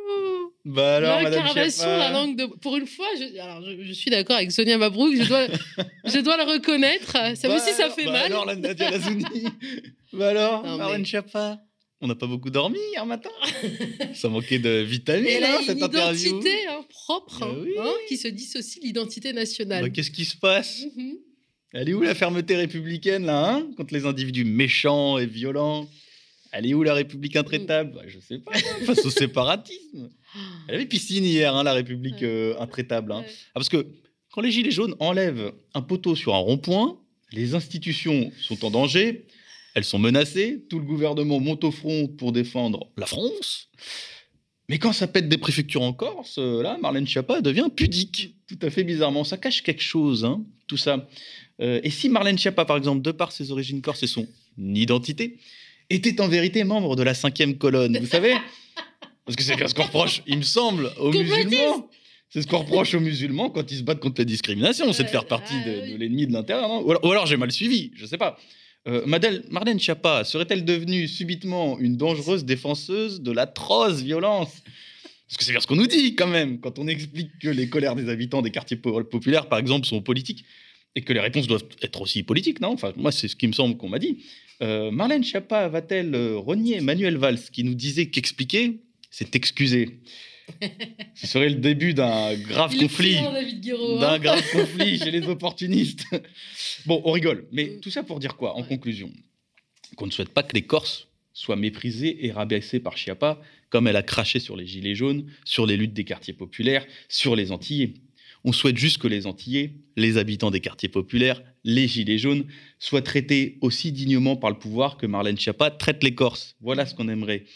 Madame Schiappa. La langue de... Pour une fois, je suis d'accord avec Sonia Mabrouk, je dois le reconnaître. Ça aussi, ça fait mal. Alors, la Nadia Lazouni. Marlène Schiappa. On n'a pas beaucoup dormi hier matin. Ça manquait de vitamines, cette interview. Elle a une identité propre, qui se dissocie de l'identité nationale. Bah, qu'est-ce qui se passe ? Elle est où la fermeté républicaine, là, contre les individus méchants et violents ? Elle est où la République intraitable ? Je sais pas, face au séparatisme. Elle avait piscine hier, la République intraitable. Parce que quand les gilets jaunes enlèvent un poteau sur un rond-point, les institutions sont en danger, elles sont menacées, tout le gouvernement monte au front pour défendre la France. Mais quand ça pète des préfectures en Corse, là, Marlène Schiappa devient pudique, tout à fait bizarrement. Ça cache quelque chose, tout ça. Et si Marlène Schiappa, par exemple, de par ses origines corses et son identité, était en vérité membre de la 5e colonne, vous savez ? Parce que c'est bien ce qu'on reproche, il me semble, aux musulmans. C'est ce qu'on reproche aux musulmans quand ils se battent contre la discrimination, c'est de faire partie de l'ennemi de l'intérieur. Non ? Ou alors j'ai mal suivi, je ne sais pas. Marlène Schiappa serait-elle devenue subitement une dangereuse défenseuse de l'atroce violence ? Parce que c'est bien ce qu'on nous dit quand même, quand on explique que les colères des habitants des quartiers populaires, par exemple, sont politiques, et que les réponses doivent être aussi politiques, non ? Enfin, moi, c'est ce qui me semble qu'on m'a dit. Marlène Schiappa va-t-elle renier Manuel Valls, qui nous disait qu'expliquer, c'est excuser ? Ce serait le début d'un grave conflit. D'un grave conflit chez les opportunistes. Bon, on rigole. Mais tout ça pour dire quoi, en conclusion ? Qu'on ne souhaite pas que les Corses soient méprisés et rabaissés par Schiappa, comme elle a craché sur les Gilets jaunes, sur les luttes des quartiers populaires, sur les Antillais. On souhaite juste que les Antillais, les habitants des quartiers populaires, les Gilets jaunes, soient traités aussi dignement par le pouvoir que Marlène Schiappa traite les Corses. Voilà ce qu'on aimerait.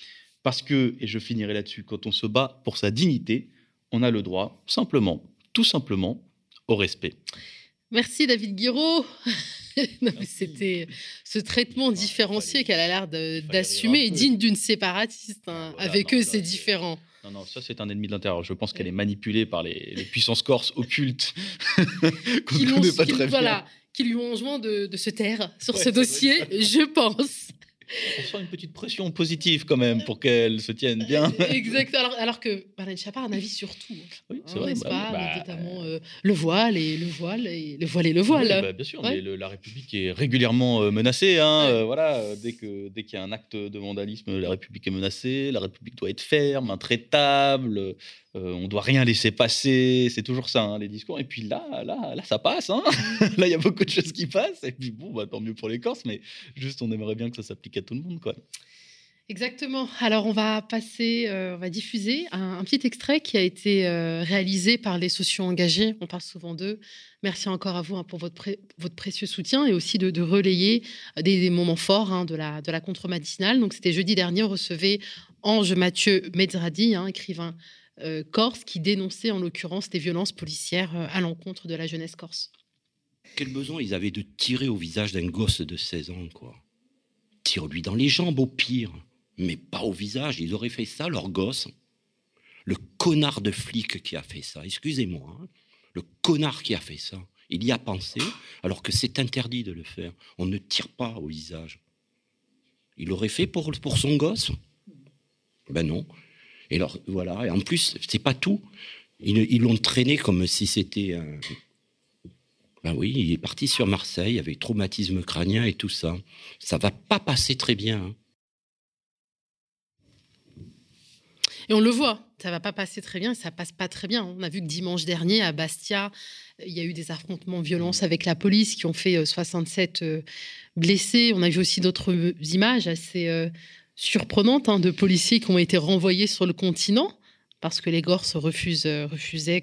Parce que, et je finirai là-dessus, quand on se bat pour sa dignité, on a le droit, tout simplement, au respect. Merci David Guiraud. Non, mais c'était ce traitement différencié qu'elle a l'air d'assumer et digne d'une séparatiste. Voilà, avec eux, c'est différent. Non, ça c'est un ennemi de l'intérieur. Je pense qu'elle est manipulée par les puissances corses occultes qu'on ne connaît pas très bien. Voilà, qui lui ont enjoint de se taire sur ce dossier, je pense. On sent une petite pression positive quand même pour qu'elle se tienne bien. Exact. Alors que Marlène Schiappa a un avis sur tout. Oui, c'est vrai. Notamment le voile et le voile et le voile et le voile. Oui, bien sûr, mais la République est régulièrement menacée. Voilà, dès qu'il y a un acte de vandalisme, la République est menacée. La République doit être ferme, intraitable. On doit rien laisser passer. C'est toujours ça, les discours. Et puis là, ça passe. Là, il y a beaucoup de choses qui passent. Et puis bon, tant mieux pour les Corses, mais juste, on aimerait bien que ça s'applique à tout le monde, quoi. Exactement. Alors, on va diffuser un petit extrait qui a été réalisé par les sociaux engagés. On parle souvent d'eux. Merci encore à vous pour votre précieux soutien et aussi de relayer des moments forts de la contre-matinale. Donc, c'était jeudi dernier, on recevait Ange Mathieu Mezradi, écrivain corse, qui dénonçait en l'occurrence des violences policières à l'encontre de la jeunesse corse. Quel besoin ils avaient de tirer au visage d'un gosse de 16 ans, quoi. Tire-lui dans les jambes au pire, mais pas au visage. Ils auraient fait ça, leur gosse. Le connard de flic qui a fait ça, excusez-moi, le connard qui a fait ça, il y a pensé, alors que c'est interdit de le faire. On ne tire pas au visage. Il l'aurait fait pour son gosse ? Ben non. Et alors, voilà. Et en plus, c'est pas tout. Ils l'ont traîné comme si c'était un... Ben oui, il est parti sur Marseille avec traumatisme crânien et tout ça. Ça va pas passer très bien. Et on le voit, ça va pas passer très bien et ça passe pas très bien. On a vu que dimanche dernier, à Bastia, il y a eu des affrontements violents avec la police qui ont fait 67 blessés. On a vu aussi d'autres images assez... surprenante de policiers qui ont été renvoyés sur le continent parce que les Corses refusaient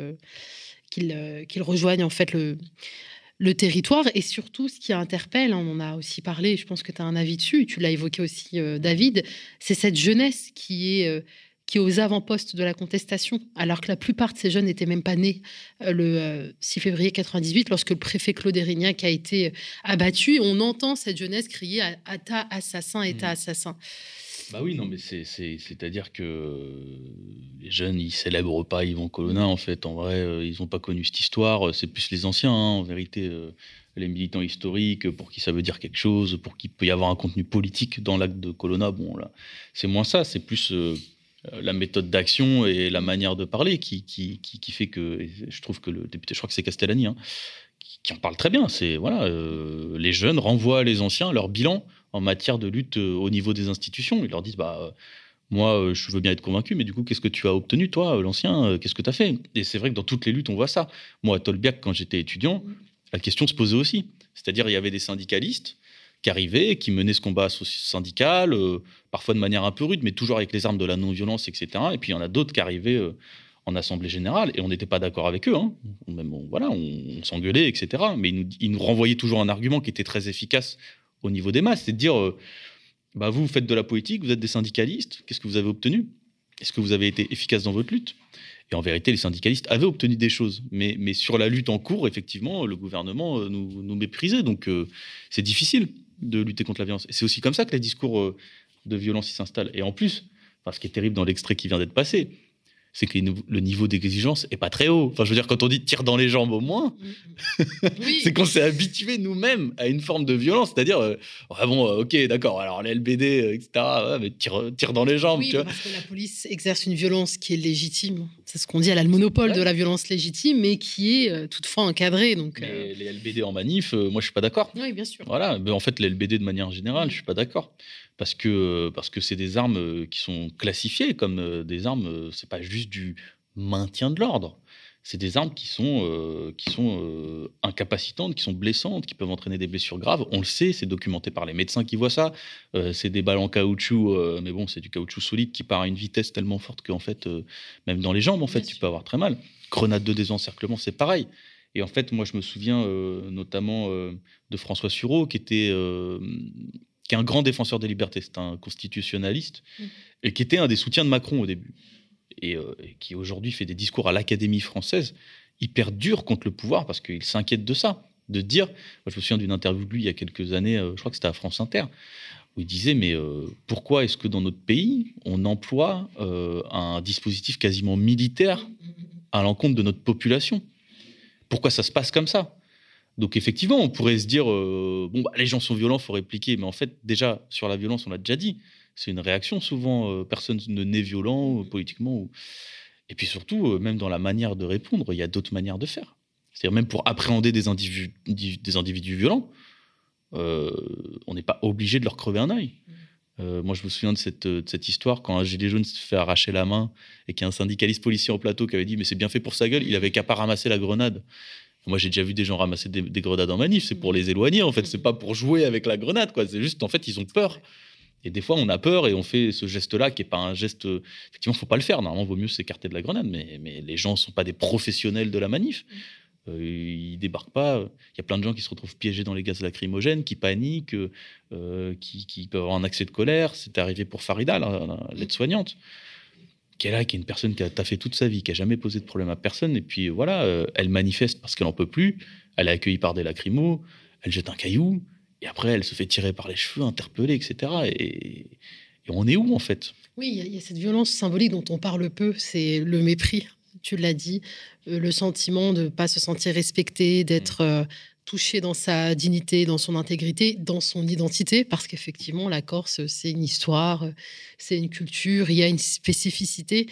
qu'ils rejoignent en fait le territoire. Et surtout, ce qui interpelle, on en a aussi parlé, je pense que tu as un avis dessus, tu l'as évoqué aussi, David, c'est cette jeunesse qui est aux avant-postes de la contestation, alors que la plupart de ces jeunes n'étaient même pas nés le 6 février 98, lorsque le préfet Claude Érignac a été abattu. On entend cette jeunesse crier « État assassin, État assassin ». Bah oui, non, mais c'est-à-dire que les jeunes, ils célèbrent pas Yvan Colonna, en fait. En vrai, ils n'ont pas connu cette histoire. C'est plus les anciens, en vérité, les militants historiques, pour qui ça veut dire quelque chose, pour qui peut y avoir un contenu politique dans l'acte de Colonna. Bon, là, c'est moins ça, c'est plus... la méthode d'action et la manière de parler qui fait que, et je trouve que le député, je crois que c'est Castellani, qui en parle très bien. C'est voilà, les jeunes renvoient les anciens leur bilan en matière de lutte au niveau des institutions. Ils leur disent moi, je veux bien être convaincu, mais du coup, qu'est-ce que tu as obtenu, toi, l'ancien ? Qu'est-ce que tu as fait ? Et c'est vrai que dans toutes les luttes, on voit ça. Moi, à Tolbiac, quand j'étais étudiant, la question se posait aussi. C'est-à-dire, il y avait des syndicalistes qui arrivaient, qui menaient ce combat syndical, parfois de manière un peu rude, mais toujours avec les armes de la non-violence, etc. Et puis, il y en a d'autres qui arrivaient en assemblée générale, et on n'était pas d'accord avec eux. On s'engueulait, etc. Mais ils nous renvoyaient toujours un argument qui était très efficace au niveau des masses, c'est de dire, vous faites de la politique, vous êtes des syndicalistes, qu'est-ce que vous avez obtenu ? Est-ce que vous avez été efficace dans votre lutte ? Et en vérité, les syndicalistes avaient obtenu des choses. Mais sur la lutte en cours, effectivement, le gouvernement nous méprisait. Donc, c'est difficile de lutter contre la violence. Et c'est aussi comme ça que les discours de violence s'installent. Et en plus, ce qui est terrible dans l'extrait qui vient d'être passé, c'est que le niveau d'exigence est pas très haut. Enfin, je veux dire, quand on dit tire dans les jambes au moins, oui. C'est qu'on s'est habitué nous-mêmes à une forme de violence. C'est-à-dire, ok, d'accord, alors les LBD, etc., mais tire dans les jambes. Oui, tu vois. Parce que la police exerce une violence qui est légitime. C'est ce qu'on dit, elle a le monopole de la violence légitime, mais qui est toutefois encadrée. Donc, mais les LBD en manif, moi, je suis pas d'accord. Oui, bien sûr. Voilà, mais en fait, les LBD de manière générale, je suis pas d'accord. Parce que c'est des armes qui sont classifiées comme des armes, c'est pas juste du maintien de l'ordre. C'est des armes qui sont incapacitantes, qui sont blessantes, qui peuvent entraîner des blessures graves. On le sait, c'est documenté par les médecins qui voient ça. C'est des balles en caoutchouc, mais bon, c'est du caoutchouc solide qui part à une vitesse tellement forte qu'en fait, même dans les jambes, en fait, tu peux avoir très mal. Grenade de désencerclement, c'est pareil. Et en fait, moi, je me souviens notamment de François Sureau, qui était qui est un grand défenseur des libertés. C'est un constitutionnaliste et qui était un des soutiens de Macron au début. Et qui aujourd'hui fait des discours à l'Académie française hyper durs contre le pouvoir parce qu'il s'inquiète de ça. De dire, moi je me souviens d'une interview de lui il y a quelques années, je crois que c'était à France Inter, où il disait mais pourquoi est-ce que dans notre pays on emploie un dispositif quasiment militaire à l'encontre de notre population ? Pourquoi ça se passe comme ça ? Donc effectivement on pourrait se dire les gens sont violents, il faut répliquer, mais en fait déjà sur la violence on l'a déjà dit, c'est une réaction souvent, personne ne naît violent politiquement et puis surtout même dans la manière de répondre il y a d'autres manières de faire. C'est-à-dire même pour appréhender des individus violents, on n'est pas obligé de leur crever un œil. Moi, je me souviens de cette histoire quand un gilet jaune se fait arracher la main et qu'il y a un syndicaliste policier en plateau qui avait dit « mais c'est bien fait pour sa gueule, il avait qu'à pas ramasser la grenade ». Moi, j'ai déjà vu des gens ramasser des grenades en manif, c'est pour les éloigner, en fait, c'est pas pour jouer avec la grenade, quoi. C'est juste, en fait, ils ont peur. Et des fois, on a peur et on fait ce geste-là qui n'est pas un geste... Effectivement, il ne faut pas le faire. Normalement, il vaut mieux s'écarter de la grenade, mais les gens ne sont pas des professionnels de la manif. Ils débarquent pas. Il y a plein de gens qui se retrouvent piégés dans les gaz lacrymogènes, qui paniquent, qui peuvent avoir un accès de colère. C'est arrivé pour Farida, l'aide-soignante, qui est là, qui est une personne qui a taffé toute sa vie, qui a jamais posé de problème à personne. Et puis voilà, elle manifeste parce qu'elle en peut plus. Elle est accueillie par des lacrymos. Elle jette un caillou. Et après, elle se fait tirer par les cheveux, interpeller, etc. Et on est où, en fait ? Oui, il y a cette violence symbolique dont on parle peu. C'est le mépris. Tu l'as dit, le sentiment de ne pas se sentir respecté, d'être touché dans sa dignité, dans son intégrité, dans son identité, parce qu'effectivement, la Corse, c'est une histoire, c'est une culture, il y a une spécificité.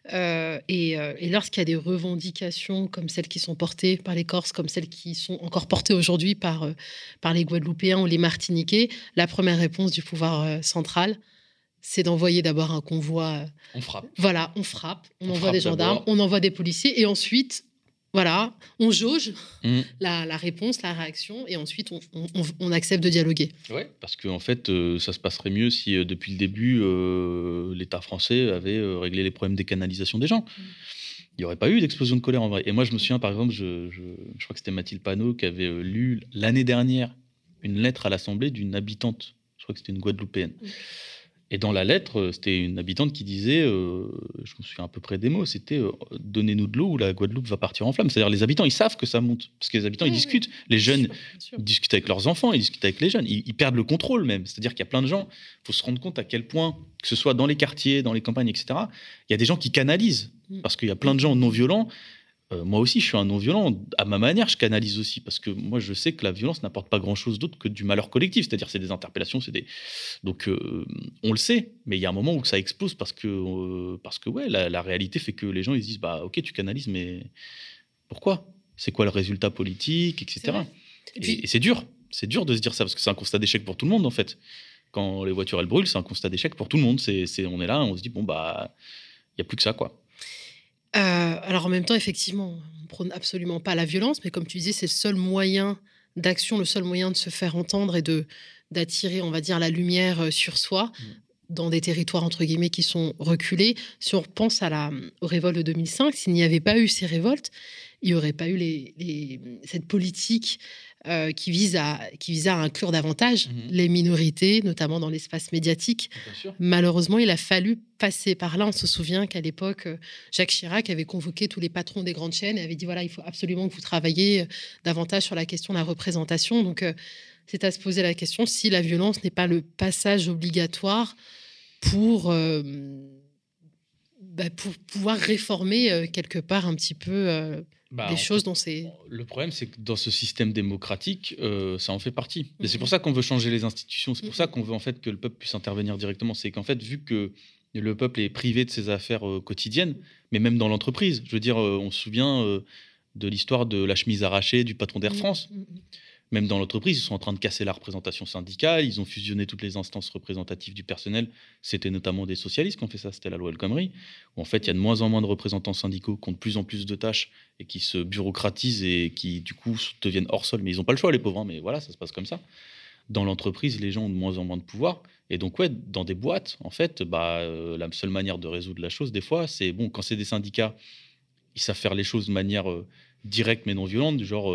Et lorsqu'il y a des revendications comme celles qui sont portées par les Corses, comme celles qui sont encore portées aujourd'hui par les Guadeloupéens ou les Martiniquais, la première réponse du pouvoir central, c'est d'envoyer d'abord un convoi. On frappe. Voilà, on frappe, on envoie des gendarmes, on envoie des policiers, et ensuite, voilà, on jauge la réponse, la réaction, et ensuite, on accepte de dialoguer. Oui, parce qu'en fait, ça se passerait mieux si, depuis le début, l'État français avait réglé les problèmes des canalisations des gens. Il n'y aurait pas eu d'explosion de colère, en vrai. Et moi, je me souviens, par exemple, je crois que c'était Mathilde Panot qui avait lu, l'année dernière, une lettre à l'Assemblée d'une habitante. Je crois que c'était une Guadeloupéenne. Et dans la lettre, c'était une habitante qui disait, je me souviens à peu près des mots, c'était donnez-nous de l'eau ou la Guadeloupe va partir en flammes. C'est-à-dire les habitants, ils savent que ça monte. Parce que les habitants, ils discutent. Les jeunes, ils discutent avec leurs enfants, ils discutent avec les jeunes. Ils perdent le contrôle même. C'est-à-dire qu'il y a plein de gens, il faut se rendre compte à quel point, que ce soit dans les quartiers, dans les campagnes, etc., il y a des gens qui canalisent. Parce qu'il y a plein de gens non violents. Moi aussi, je suis un non-violent. À ma manière, je canalise aussi. Parce que moi, je sais que la violence n'apporte pas grand-chose d'autre que du malheur collectif. C'est-à-dire, c'est des interpellations, c'est des... Donc, on le sait. Mais il y a un moment où ça explose parce que ouais, la réalité fait que les gens, ils se disent, bah, OK, tu canalises, mais pourquoi ? C'est quoi le résultat politique, etc. Et c'est dur. C'est dur de se dire ça parce que c'est un constat d'échec pour tout le monde, en fait. Quand les voitures, elles brûlent, c'est un constat d'échec pour tout le monde. On est là, on se dit, bon, bah, il n'y a plus que ça, quoi. Alors en même temps, effectivement, on ne prône absolument pas la violence, mais comme tu disais, c'est le seul moyen d'action, le seul moyen de se faire entendre et d'attirer, on va dire, la lumière sur soi dans des territoires, entre guillemets, qui sont reculés. Si on repense aux révoltes de 2005, s'il n'y avait pas eu ces révoltes, il n'y aurait pas eu cette politique qui vise à inclure davantage les minorités, notamment dans l'espace médiatique. Malheureusement, il a fallu passer par là. On se souvient qu'à l'époque, Jacques Chirac avait convoqué tous les patrons des grandes chaînes et avait dit, voilà, il faut absolument que vous travailliez davantage sur la question de la représentation. Donc, c'est à se poser la question si la violence n'est pas le passage obligatoire pour pouvoir réformer quelque part un petit peu les choses dans ces... Le problème, c'est que dans ce système démocratique, ça en fait partie. Et c'est pour ça qu'on veut changer les institutions. C'est pour ça qu'on veut en fait que le peuple puisse intervenir directement. C'est qu'en fait, vu que le peuple est privé de ses affaires quotidiennes, mais même dans l'entreprise, je veux dire, on se souvient de l'histoire de la chemise arrachée du patron d'Air France. Même dans l'entreprise, ils sont en train de casser la représentation syndicale. Ils ont fusionné toutes les instances représentatives du personnel. C'était notamment des socialistes qui ont fait ça. C'était la loi El Khomri, où en fait, il y a de moins en moins de représentants syndicaux qui ont de plus en plus de tâches et qui se bureaucratisent et qui, du coup, deviennent hors sol. Mais ils n'ont pas le choix, les pauvres. Mais voilà, ça se passe comme ça. Dans l'entreprise, les gens ont de moins en moins de pouvoir. Et donc, ouais, dans des boîtes, en fait, la seule manière de résoudre la chose, des fois, c'est, bon, quand c'est des syndicats, ils savent faire les choses de manière directe mais non violente, du genre...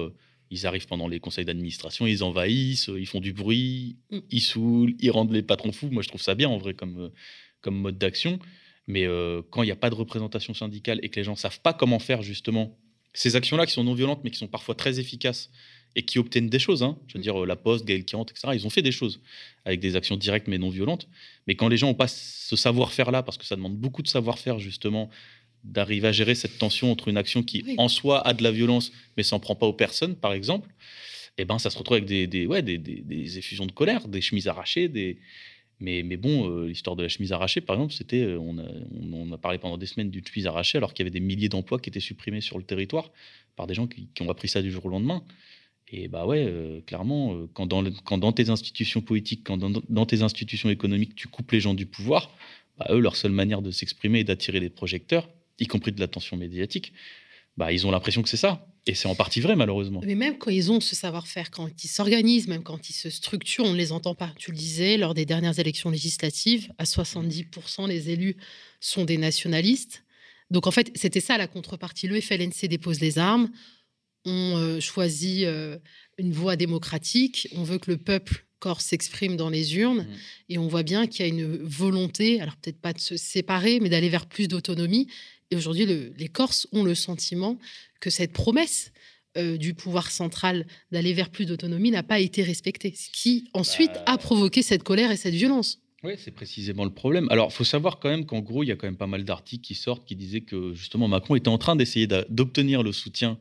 Ils arrivent pendant les conseils d'administration, ils envahissent, ils font du bruit, ils saoulent, ils rendent les patrons fous. Moi, je trouve ça bien, en vrai, comme mode d'action. Mais quand il n'y a pas de représentation syndicale et que les gens ne savent pas comment faire, justement, ces actions-là qui sont non violentes, mais qui sont parfois très efficaces et qui obtiennent des choses, hein. Je veux dire, La Poste, Gaël Quirantes, etc., ils ont fait des choses avec des actions directes mais non violentes. Mais quand les gens n'ont pas ce savoir-faire-là, parce que ça demande beaucoup de savoir-faire, justement, d'arriver à gérer cette tension entre une action qui, en soi, a de la violence, mais s'en prend pas aux personnes, par exemple, eh ben, ça se retrouve avec des effusions de colère, des chemises arrachées, Mais bon, l'histoire de la chemise arrachée, par exemple, c'était, on a parlé pendant des semaines d'une chemise arrachée, alors qu'il y avait des milliers d'emplois qui étaient supprimés sur le territoire par des gens qui ont appris ça du jour au lendemain. Et clairement, quand dans tes institutions politiques, quand dans tes institutions économiques, tu coupes les gens du pouvoir, eux, leur seule manière de s'exprimer est d'attirer les projecteurs, y compris de l'attention médiatique. Ils ont l'impression que c'est ça. Et c'est en partie vrai, malheureusement. Mais même quand ils ont ce savoir-faire, quand ils s'organisent, même quand ils se structurent, on ne les entend pas. Tu le disais, lors des dernières élections législatives, à 70%, les élus sont des nationalistes. Donc, en fait, c'était ça la contrepartie. Le FLNC dépose les armes. On choisit une voie démocratique. On veut que le peuple corse s'exprime dans les urnes. Et on voit bien qu'il y a une volonté, alors peut-être pas de se séparer, mais d'aller vers plus d'autonomie. Et aujourd'hui, les Corses ont le sentiment que cette promesse du pouvoir central d'aller vers plus d'autonomie n'a pas été respectée, ce qui ensuite a provoqué cette colère et cette violence. Oui, c'est précisément le problème. Alors, il faut savoir quand même qu'en gros, il y a quand même pas mal d'articles qui sortent qui disaient que justement Macron était en train d'essayer d'obtenir le soutien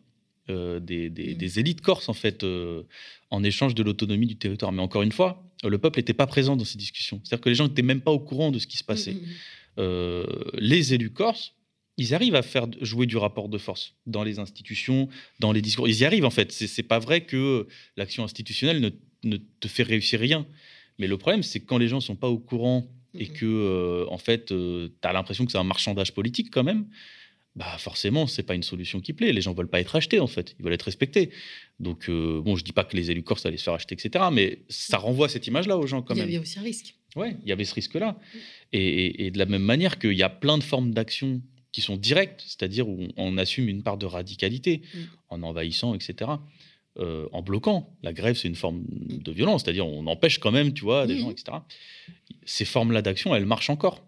des élites corses, en fait, en échange de l'autonomie du territoire. Mais encore une fois, le peuple n'était pas présent dans ces discussions. C'est-à-dire que les gens n'étaient même pas au courant de ce qui se passait. Les élus corses, ils arrivent à faire jouer du rapport de force dans les institutions, dans les discours. Ils y arrivent, en fait. C'est pas vrai que l'action institutionnelle ne te fait réussir rien. Mais le problème, c'est que quand les gens ne sont pas au courant et que, en fait, tu as l'impression que c'est un marchandage politique quand même, forcément, ce n'est pas une solution qui plaît. Les gens ne veulent pas être achetés, en fait. Ils veulent être respectés. Donc, je ne dis pas que les élus corses allaient se faire acheter, etc. Mais ça renvoie cette image-là aux gens quand même. Il y avait aussi un risque. Oui, il y avait ce risque-là. Et de la même manière qu'il y a plein de formes d'action qui sont directes, c'est-à-dire où on assume une part de radicalité, en envahissant, etc., en bloquant. La grève, c'est une forme de violence, c'est-à-dire on empêche quand même, tu vois, des gens, etc. Ces formes-là d'action, elles marchent encore.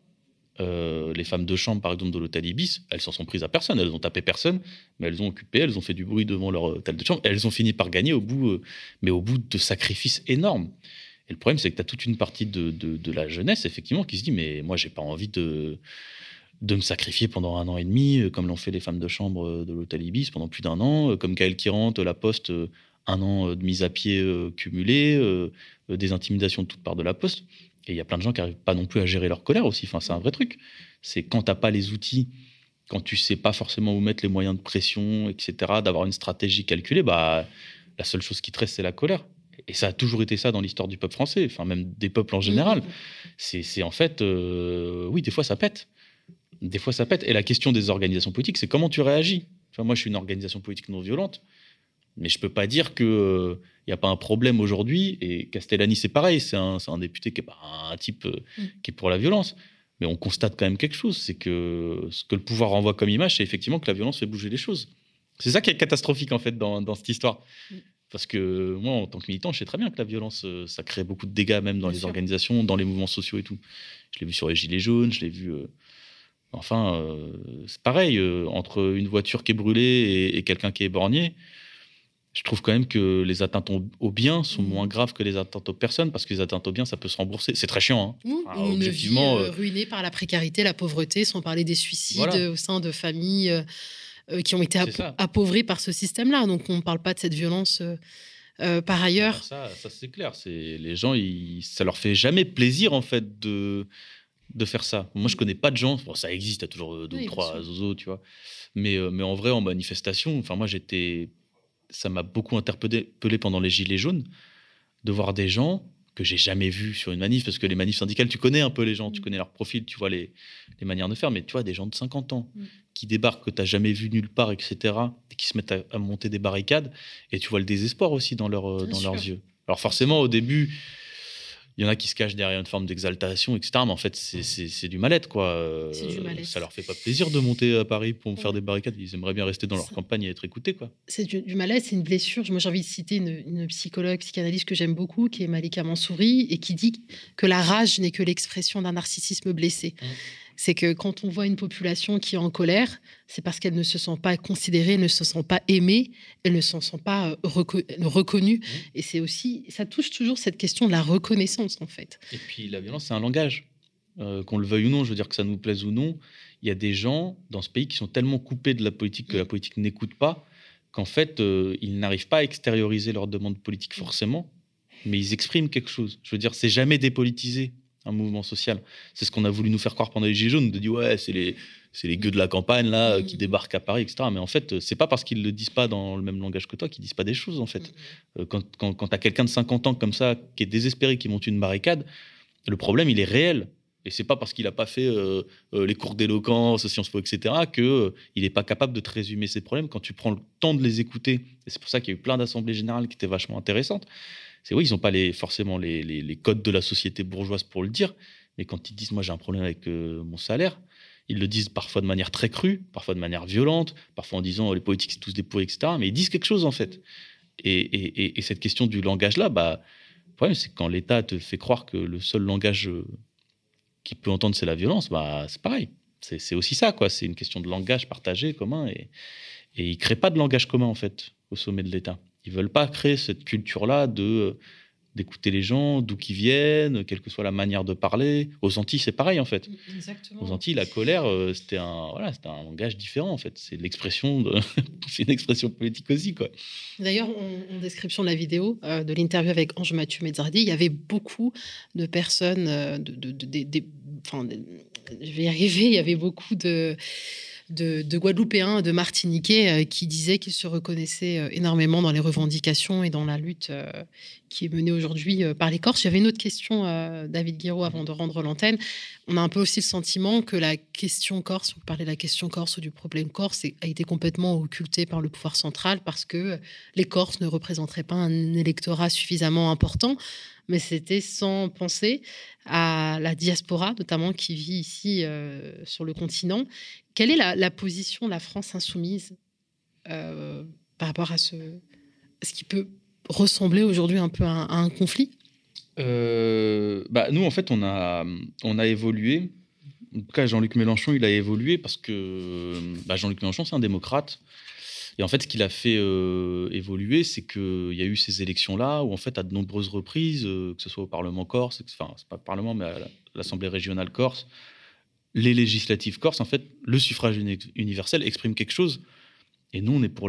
Les femmes de chambre, par exemple, de l'hôtel Ibis, elles s'en sont prises à personne, elles ont tapé personne, mais elles ont occupé, elles ont fait du bruit devant leur hôtel de chambre, elles ont fini par gagner au bout de sacrifices énormes. Et le problème, c'est que tu as toute une partie de la jeunesse, effectivement, qui se dit, mais moi, j'ai pas envie de me sacrifier pendant 1 an et demi, comme l'ont fait les femmes de chambre de l'hôtel Ibis pendant plus d'1 an, comme Gaël Quirantes, La Poste, 1 an de mise à pied cumulée, des intimidations de toutes parts de La Poste. Et il y a plein de gens qui n'arrivent pas non plus à gérer leur colère aussi. Enfin, c'est un vrai truc. C'est quand tu n'as pas les outils, quand tu ne sais pas forcément où mettre les moyens de pression, etc., d'avoir une stratégie calculée, la seule chose qui te reste, c'est la colère. Et ça a toujours été ça dans l'histoire du peuple français, enfin même des peuples en général. C'est en fait... oui, des fois, ça pète. Des fois, ça pète. Et la question des organisations politiques, c'est comment tu réagis. Enfin, moi, je suis une organisation politique non violente, mais je ne peux pas dire qu'il n'y a pas un problème aujourd'hui. Et Castellani, c'est pareil. C'est un député qui n'est pas un type qui est pour la violence. Mais on constate quand même quelque chose. C'est que ce que le pouvoir renvoie comme image, c'est effectivement que la violence fait bouger les choses. C'est ça qui est catastrophique, en fait, dans cette histoire. Parce que moi, en tant que militant, je sais très bien que la violence, ça crée beaucoup de dégâts, même dans les organisations, dans les mouvements sociaux et tout. Je l'ai vu sur les Gilets jaunes, je l'ai vu... c'est pareil, entre une voiture qui est brûlée et quelqu'un qui est éborgné, je trouve quand même que les atteintes aux biens sont moins graves que les atteintes aux personnes, parce que les atteintes aux biens, ça peut se rembourser. C'est très chiant. Une vie ruinée par la précarité, la pauvreté, sans parler des suicides au sein de familles qui ont été appauvries par ce système-là. Donc, on ne parle pas de cette violence par ailleurs. Ça c'est clair. Les gens, ça leur fait jamais plaisir, en fait, de faire ça. Moi, je connais pas de gens... Bon, ça existe, il y a toujours 2 ou 3 zozos, tu vois. Mais en vrai, en manifestation, enfin, moi, ça m'a beaucoup interpellé pendant les Gilets jaunes, de voir des gens que j'ai jamais vus sur une manif, parce que les manifs syndicales, tu connais un peu les gens, tu connais leur profil, tu vois les manières de faire, mais tu vois des gens de 50 ans qui débarquent, que tu n'as jamais vu nulle part, etc., et qui se mettent à monter des barricades, et tu vois le désespoir aussi dans leurs yeux. Alors forcément, au début... Il y en a qui se cachent derrière une forme d'exaltation, etc. Mais en fait, c'est du mal-être, quoi. C'est du mal-être. Ça leur fait pas plaisir de monter à Paris pour faire des barricades. Ils aimeraient bien rester dans leur campagne et être écoutés, quoi. C'est du mal-être, c'est une blessure. Moi, j'ai envie de citer une psychologue, psychanalyste que j'aime beaucoup, qui est Malika Mansouri, et qui dit que la rage n'est que l'expression d'un narcissisme blessé. C'est que quand on voit une population qui est en colère, c'est parce qu'elle ne se sent pas considérée, elle ne se sent pas aimée, elle ne se sent pas reconnue. Et c'est aussi, ça touche toujours cette question de la reconnaissance, en fait. Et puis la violence, c'est un langage. Qu'on le veuille ou non, je veux dire que ça nous plaise ou non, il y a des gens dans ce pays qui sont tellement coupés de la politique que la politique n'écoute pas, qu'en fait, ils n'arrivent pas à extérioriser leurs demandes politiques forcément, mais ils expriment quelque chose. Je veux dire, c'est jamais dépolitisé, un mouvement social. C'est ce qu'on a voulu nous faire croire pendant les Gilets jaunes, de dire ouais, c'est les gueux de la campagne là qui débarquent à Paris, etc. Mais en fait, c'est pas parce qu'ils le disent pas dans le même langage que toi qu'ils disent pas des choses, en fait. Quand t'as quelqu'un de 50 ans comme ça, qui est désespéré, qui monte une barricade, le problème, il est réel. Et c'est pas parce qu'il a pas fait les cours d'éloquence, Sciences Po, etc., qu'il est pas capable de te résumer ses problèmes. Quand tu prends le temps de les écouter, et c'est pour ça qu'il y a eu plein d'assemblées générales qui étaient vachement intéressantes. C'est oui, ils n'ont pas forcément les codes de la société bourgeoise pour le dire, mais quand ils disent moi j'ai un problème avec mon salaire, ils le disent parfois de manière très crue, parfois de manière violente, parfois en disant les politiques c'est tous des pourris, etc. Mais ils disent quelque chose en fait. Et cette question du langage là, le problème c'est que quand l'État te fait croire que le seul langage qu'il peut entendre c'est la violence, c'est pareil. C'est aussi ça, quoi. C'est une question de langage partagé, commun, et ils créent pas de langage commun en fait au sommet de l'État. Ils veulent pas créer cette culture-là d'écouter les gens, d'où qu'ils viennent, quelle que soit la manière de parler. Aux Antilles, c'est pareil, en fait. Exactement. Aux Antilles, la colère, c'était un langage différent, en fait. C'est c'est une expression politique aussi, quoi. D'ailleurs, en description de la vidéo, de l'interview avec Ange Mathieu Mezzardi, il y avait beaucoup de personnes, je vais y arriver, il y avait beaucoup de Guadeloupéens, de Martiniquais qui disaient qu'ils se reconnaissaient énormément dans les revendications et dans la lutte qui est menée aujourd'hui par les Corses. J'avais une autre question, David Guiraud, avant de rendre l'antenne. On a un peu aussi le sentiment que la question corse, on parlait de la question corse ou du problème corse, a été complètement occultée par le pouvoir central parce que les Corses ne représenteraient pas un électorat suffisamment important. Mais c'était sans penser à la diaspora, notamment, qui vit ici sur le continent. Quelle est la position de la France insoumise par rapport à ce qui peut ressembler aujourd'hui un peu à un conflit ? Nous, en fait, on a évolué. En tout cas, Jean-Luc Mélenchon, il a évolué parce que Jean-Luc Mélenchon, c'est un démocrate. Et en fait, ce qu'il a fait évoluer, c'est qu'il y a eu ces élections-là où, en fait, à de nombreuses reprises, que ce soit au Parlement corse, enfin, c'est pas le Parlement, mais à l'Assemblée régionale corse, les législatives corse, en fait, le suffrage universel exprime quelque chose. Et nous, on est pour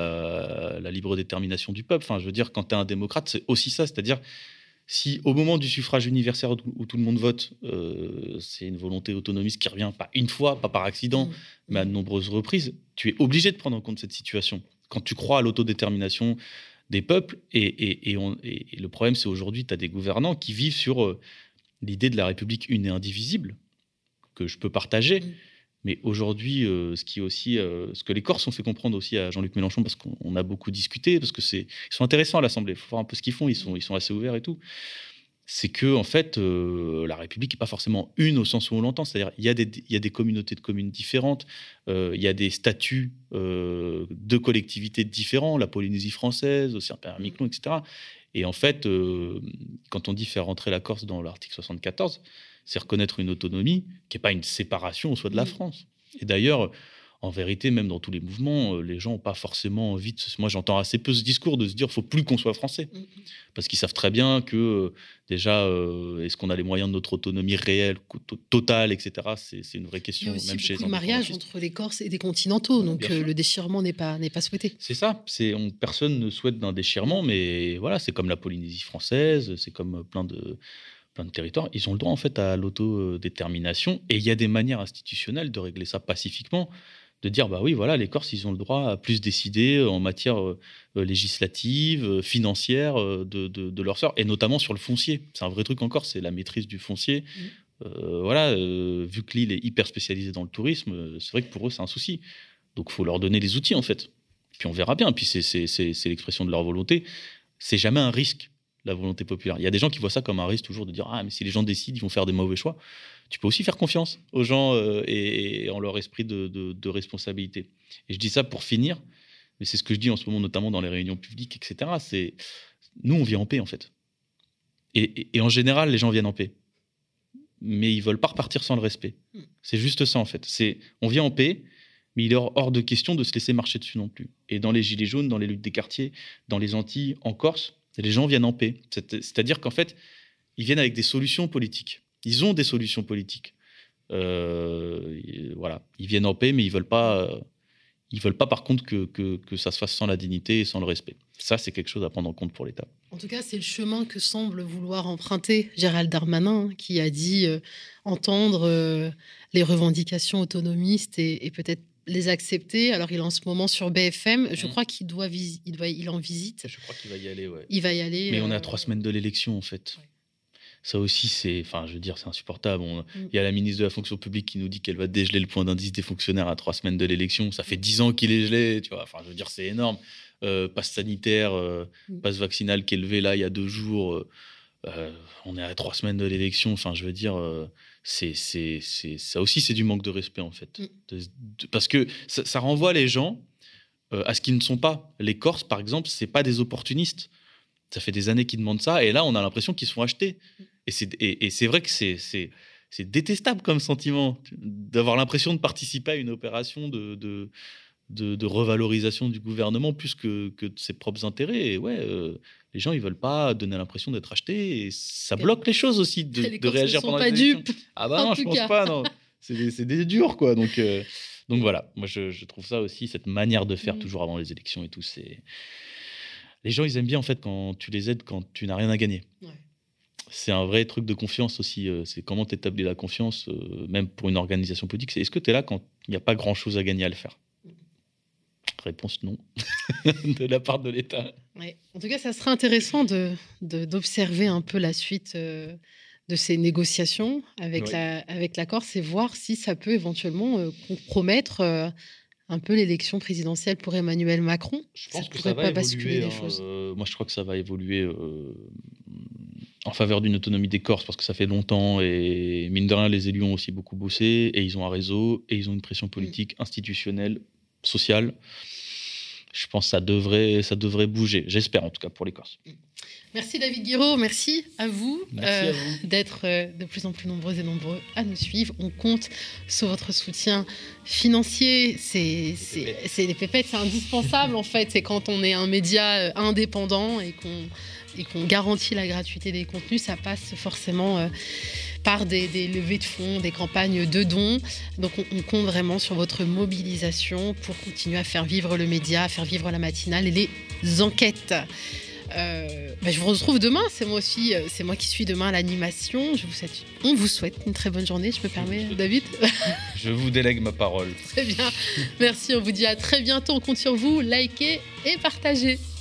la libre détermination du peuple. Enfin, je veux dire, quand tu es un démocrate, c'est aussi ça. C'est-à-dire, si au moment du suffrage universel où tout le monde vote, c'est une volonté autonomiste qui revient pas une fois, pas par accident, mais à de nombreuses reprises, tu es obligé de prendre en compte cette situation. Quand tu crois à l'autodétermination des peuples, et le problème, c'est aujourd'hui, tu as des gouvernants qui vivent sur l'idée de la République une et indivisible, que je peux partager. Mais aujourd'hui, ce que les Corses ont fait comprendre aussi à Jean-Luc Mélenchon, parce qu'on a beaucoup discuté, parce que ils sont intéressants à l'Assemblée, il faut voir un peu ce qu'ils font, ils sont assez ouverts et tout. C'est que en fait, la République n'est pas forcément une au sens où on l'entend. C'est-à-dire, il y a des communautés de communes différentes, il y a des statuts de collectivités différents, la Polynésie française, Saint-Pierre-et-Miquelon, etc. Et en fait, quand on dit faire rentrer la Corse dans l'article 74, c'est reconnaître une autonomie qui n'est pas une séparation au soi de la France. Et d'ailleurs, en vérité, même dans tous les mouvements, les gens n'ont pas forcément envie de... Moi, j'entends assez peu ce discours de se dire qu'il ne faut plus qu'on soit français. Parce qu'ils savent très bien que, déjà, est-ce qu'on a les moyens de notre autonomie réelle, totale, etc. C'est une vraie question, même chez les... Il y a aussi beaucoup de mariages entre les Corses et des continentaux, donc le déchirement n'est pas souhaité. C'est ça. Personne ne souhaite d'un déchirement, mais voilà, c'est comme la Polynésie française, c'est comme plein de territoires, ils ont le droit en fait à l'autodétermination, et il y a des manières institutionnelles de régler ça pacifiquement, de dire bah oui voilà, les Corses ils ont le droit à plus décider en matière législative, financière de leur sort, et notamment sur le foncier. C'est un vrai truc en Corse, c'est la maîtrise du foncier. Vu que l'île est hyper spécialisée dans le tourisme, c'est vrai que pour eux c'est un souci. Donc il faut leur donner les outils en fait. Puis on verra bien. Puis c'est l'expression de leur volonté. C'est jamais un risque. la volonté populaire. Il y a des gens qui voient ça comme un risque toujours de dire « Ah, mais si les gens décident, ils vont faire des mauvais choix ». Tu peux aussi faire confiance aux gens et en leur esprit de responsabilité. Et je dis ça pour finir, mais c'est ce que je dis en ce moment, notamment dans les réunions publiques, etc. C'est nous, on vit en paix, en fait. Et en général, les gens viennent en paix. Mais ils ne veulent pas repartir sans le respect. C'est juste ça, en fait. On vit en paix, mais il est hors de question de se laisser marcher dessus non plus. Et dans les Gilets jaunes, dans les luttes des quartiers, dans les Antilles, en Corse, les gens viennent en paix. C'est-à-dire qu'en fait, ils viennent avec des solutions politiques. Ils ont des solutions politiques. Voilà. Ils viennent en paix, mais ils veulent pas par contre que ça se fasse sans la dignité et sans le respect. Ça, c'est quelque chose à prendre en compte pour l'État. En tout cas, c'est le chemin que semble vouloir emprunter Gérald Darmanin, qui a dit entendre les revendications autonomistes et peut-être les accepter. Alors, il est en ce moment sur BFM. Je crois qu'il il en visite. Je crois qu'il va y aller, ouais. Il va y aller. Mais on est à 3 semaines de l'élection, en fait. Ouais. Ça aussi, c'est insupportable. Il y a la ministre de la fonction publique qui nous dit qu'elle va dégeler le point d'indice des fonctionnaires à 3 semaines de l'élection. Ça fait 10 ans qu'il est gelé, tu vois. Enfin, je veux dire, c'est énorme. Passe sanitaire, passe vaccinal qui est levé là il y a 2 jours. On est à 3 semaines de l'élection. Enfin, je veux dire, ça aussi, c'est du manque de respect, en fait. Parce que ça renvoie les gens à ce qu'ils ne sont pas. Les Corses, par exemple, c'est pas des opportunistes. Ça fait des années qu'ils demandent ça, et là, on a l'impression qu'ils se font acheter. Et c'est vrai que c'est détestable comme sentiment, d'avoir l'impression de participer à une opération de revalorisation du gouvernement plus que de ses propres intérêts. Et les gens, ils veulent pas donner l'impression d'être achetés, et ça bloque les choses aussi de réagir pendant les élections. Ah bah non, je pense pas, non. C'est des durs, quoi. Donc voilà, moi, je trouve ça aussi, cette manière de faire toujours avant les élections et tout, c'est... Les gens, ils aiment bien, en fait, quand tu les aides, quand tu n'as rien à gagner. Ouais. C'est un vrai truc de confiance aussi. C'est comment tu établis la confiance, même pour une organisation politique. Est-ce que tu es là quand il n'y a pas grand-chose à gagner à le faire ? Réponse non, de la part de l'État. Ouais. En tout cas, ça serait intéressant d'observer un peu la suite de ces négociations avec la Corse et voir si ça peut éventuellement compromettre... un peu l'élection présidentielle pour Emmanuel Macron. Je pense que ça va basculer les choses. Moi, je crois que ça va évoluer en faveur d'une autonomie des Corses, parce que ça fait longtemps, et mine de rien, les élus ont aussi beaucoup bossé, et ils ont un réseau, et ils ont une pression politique, institutionnelle, sociale. Je pense que ça devrait bouger. J'espère, en tout cas, pour les Corses. Merci David Guiraud, merci à vous, d'être de plus en plus nombreux et nombreux à nous suivre. On compte sur votre soutien financier. C'est les pépettes, c'est indispensable en fait. C'est quand on est un média indépendant et qu'on garantit la gratuité des contenus, ça passe forcément par des levées de fonds, des campagnes de dons. Donc on compte vraiment sur votre mobilisation pour continuer à faire vivre le média, à faire vivre la matinale et les enquêtes. Je vous retrouve demain, c'est moi qui suis demain à l'animation. On vous souhaite une très bonne journée, je me permets, David. Je vous délègue ma parole. Très bien, merci, on vous dit à très bientôt, on compte sur vous, likez et partagez.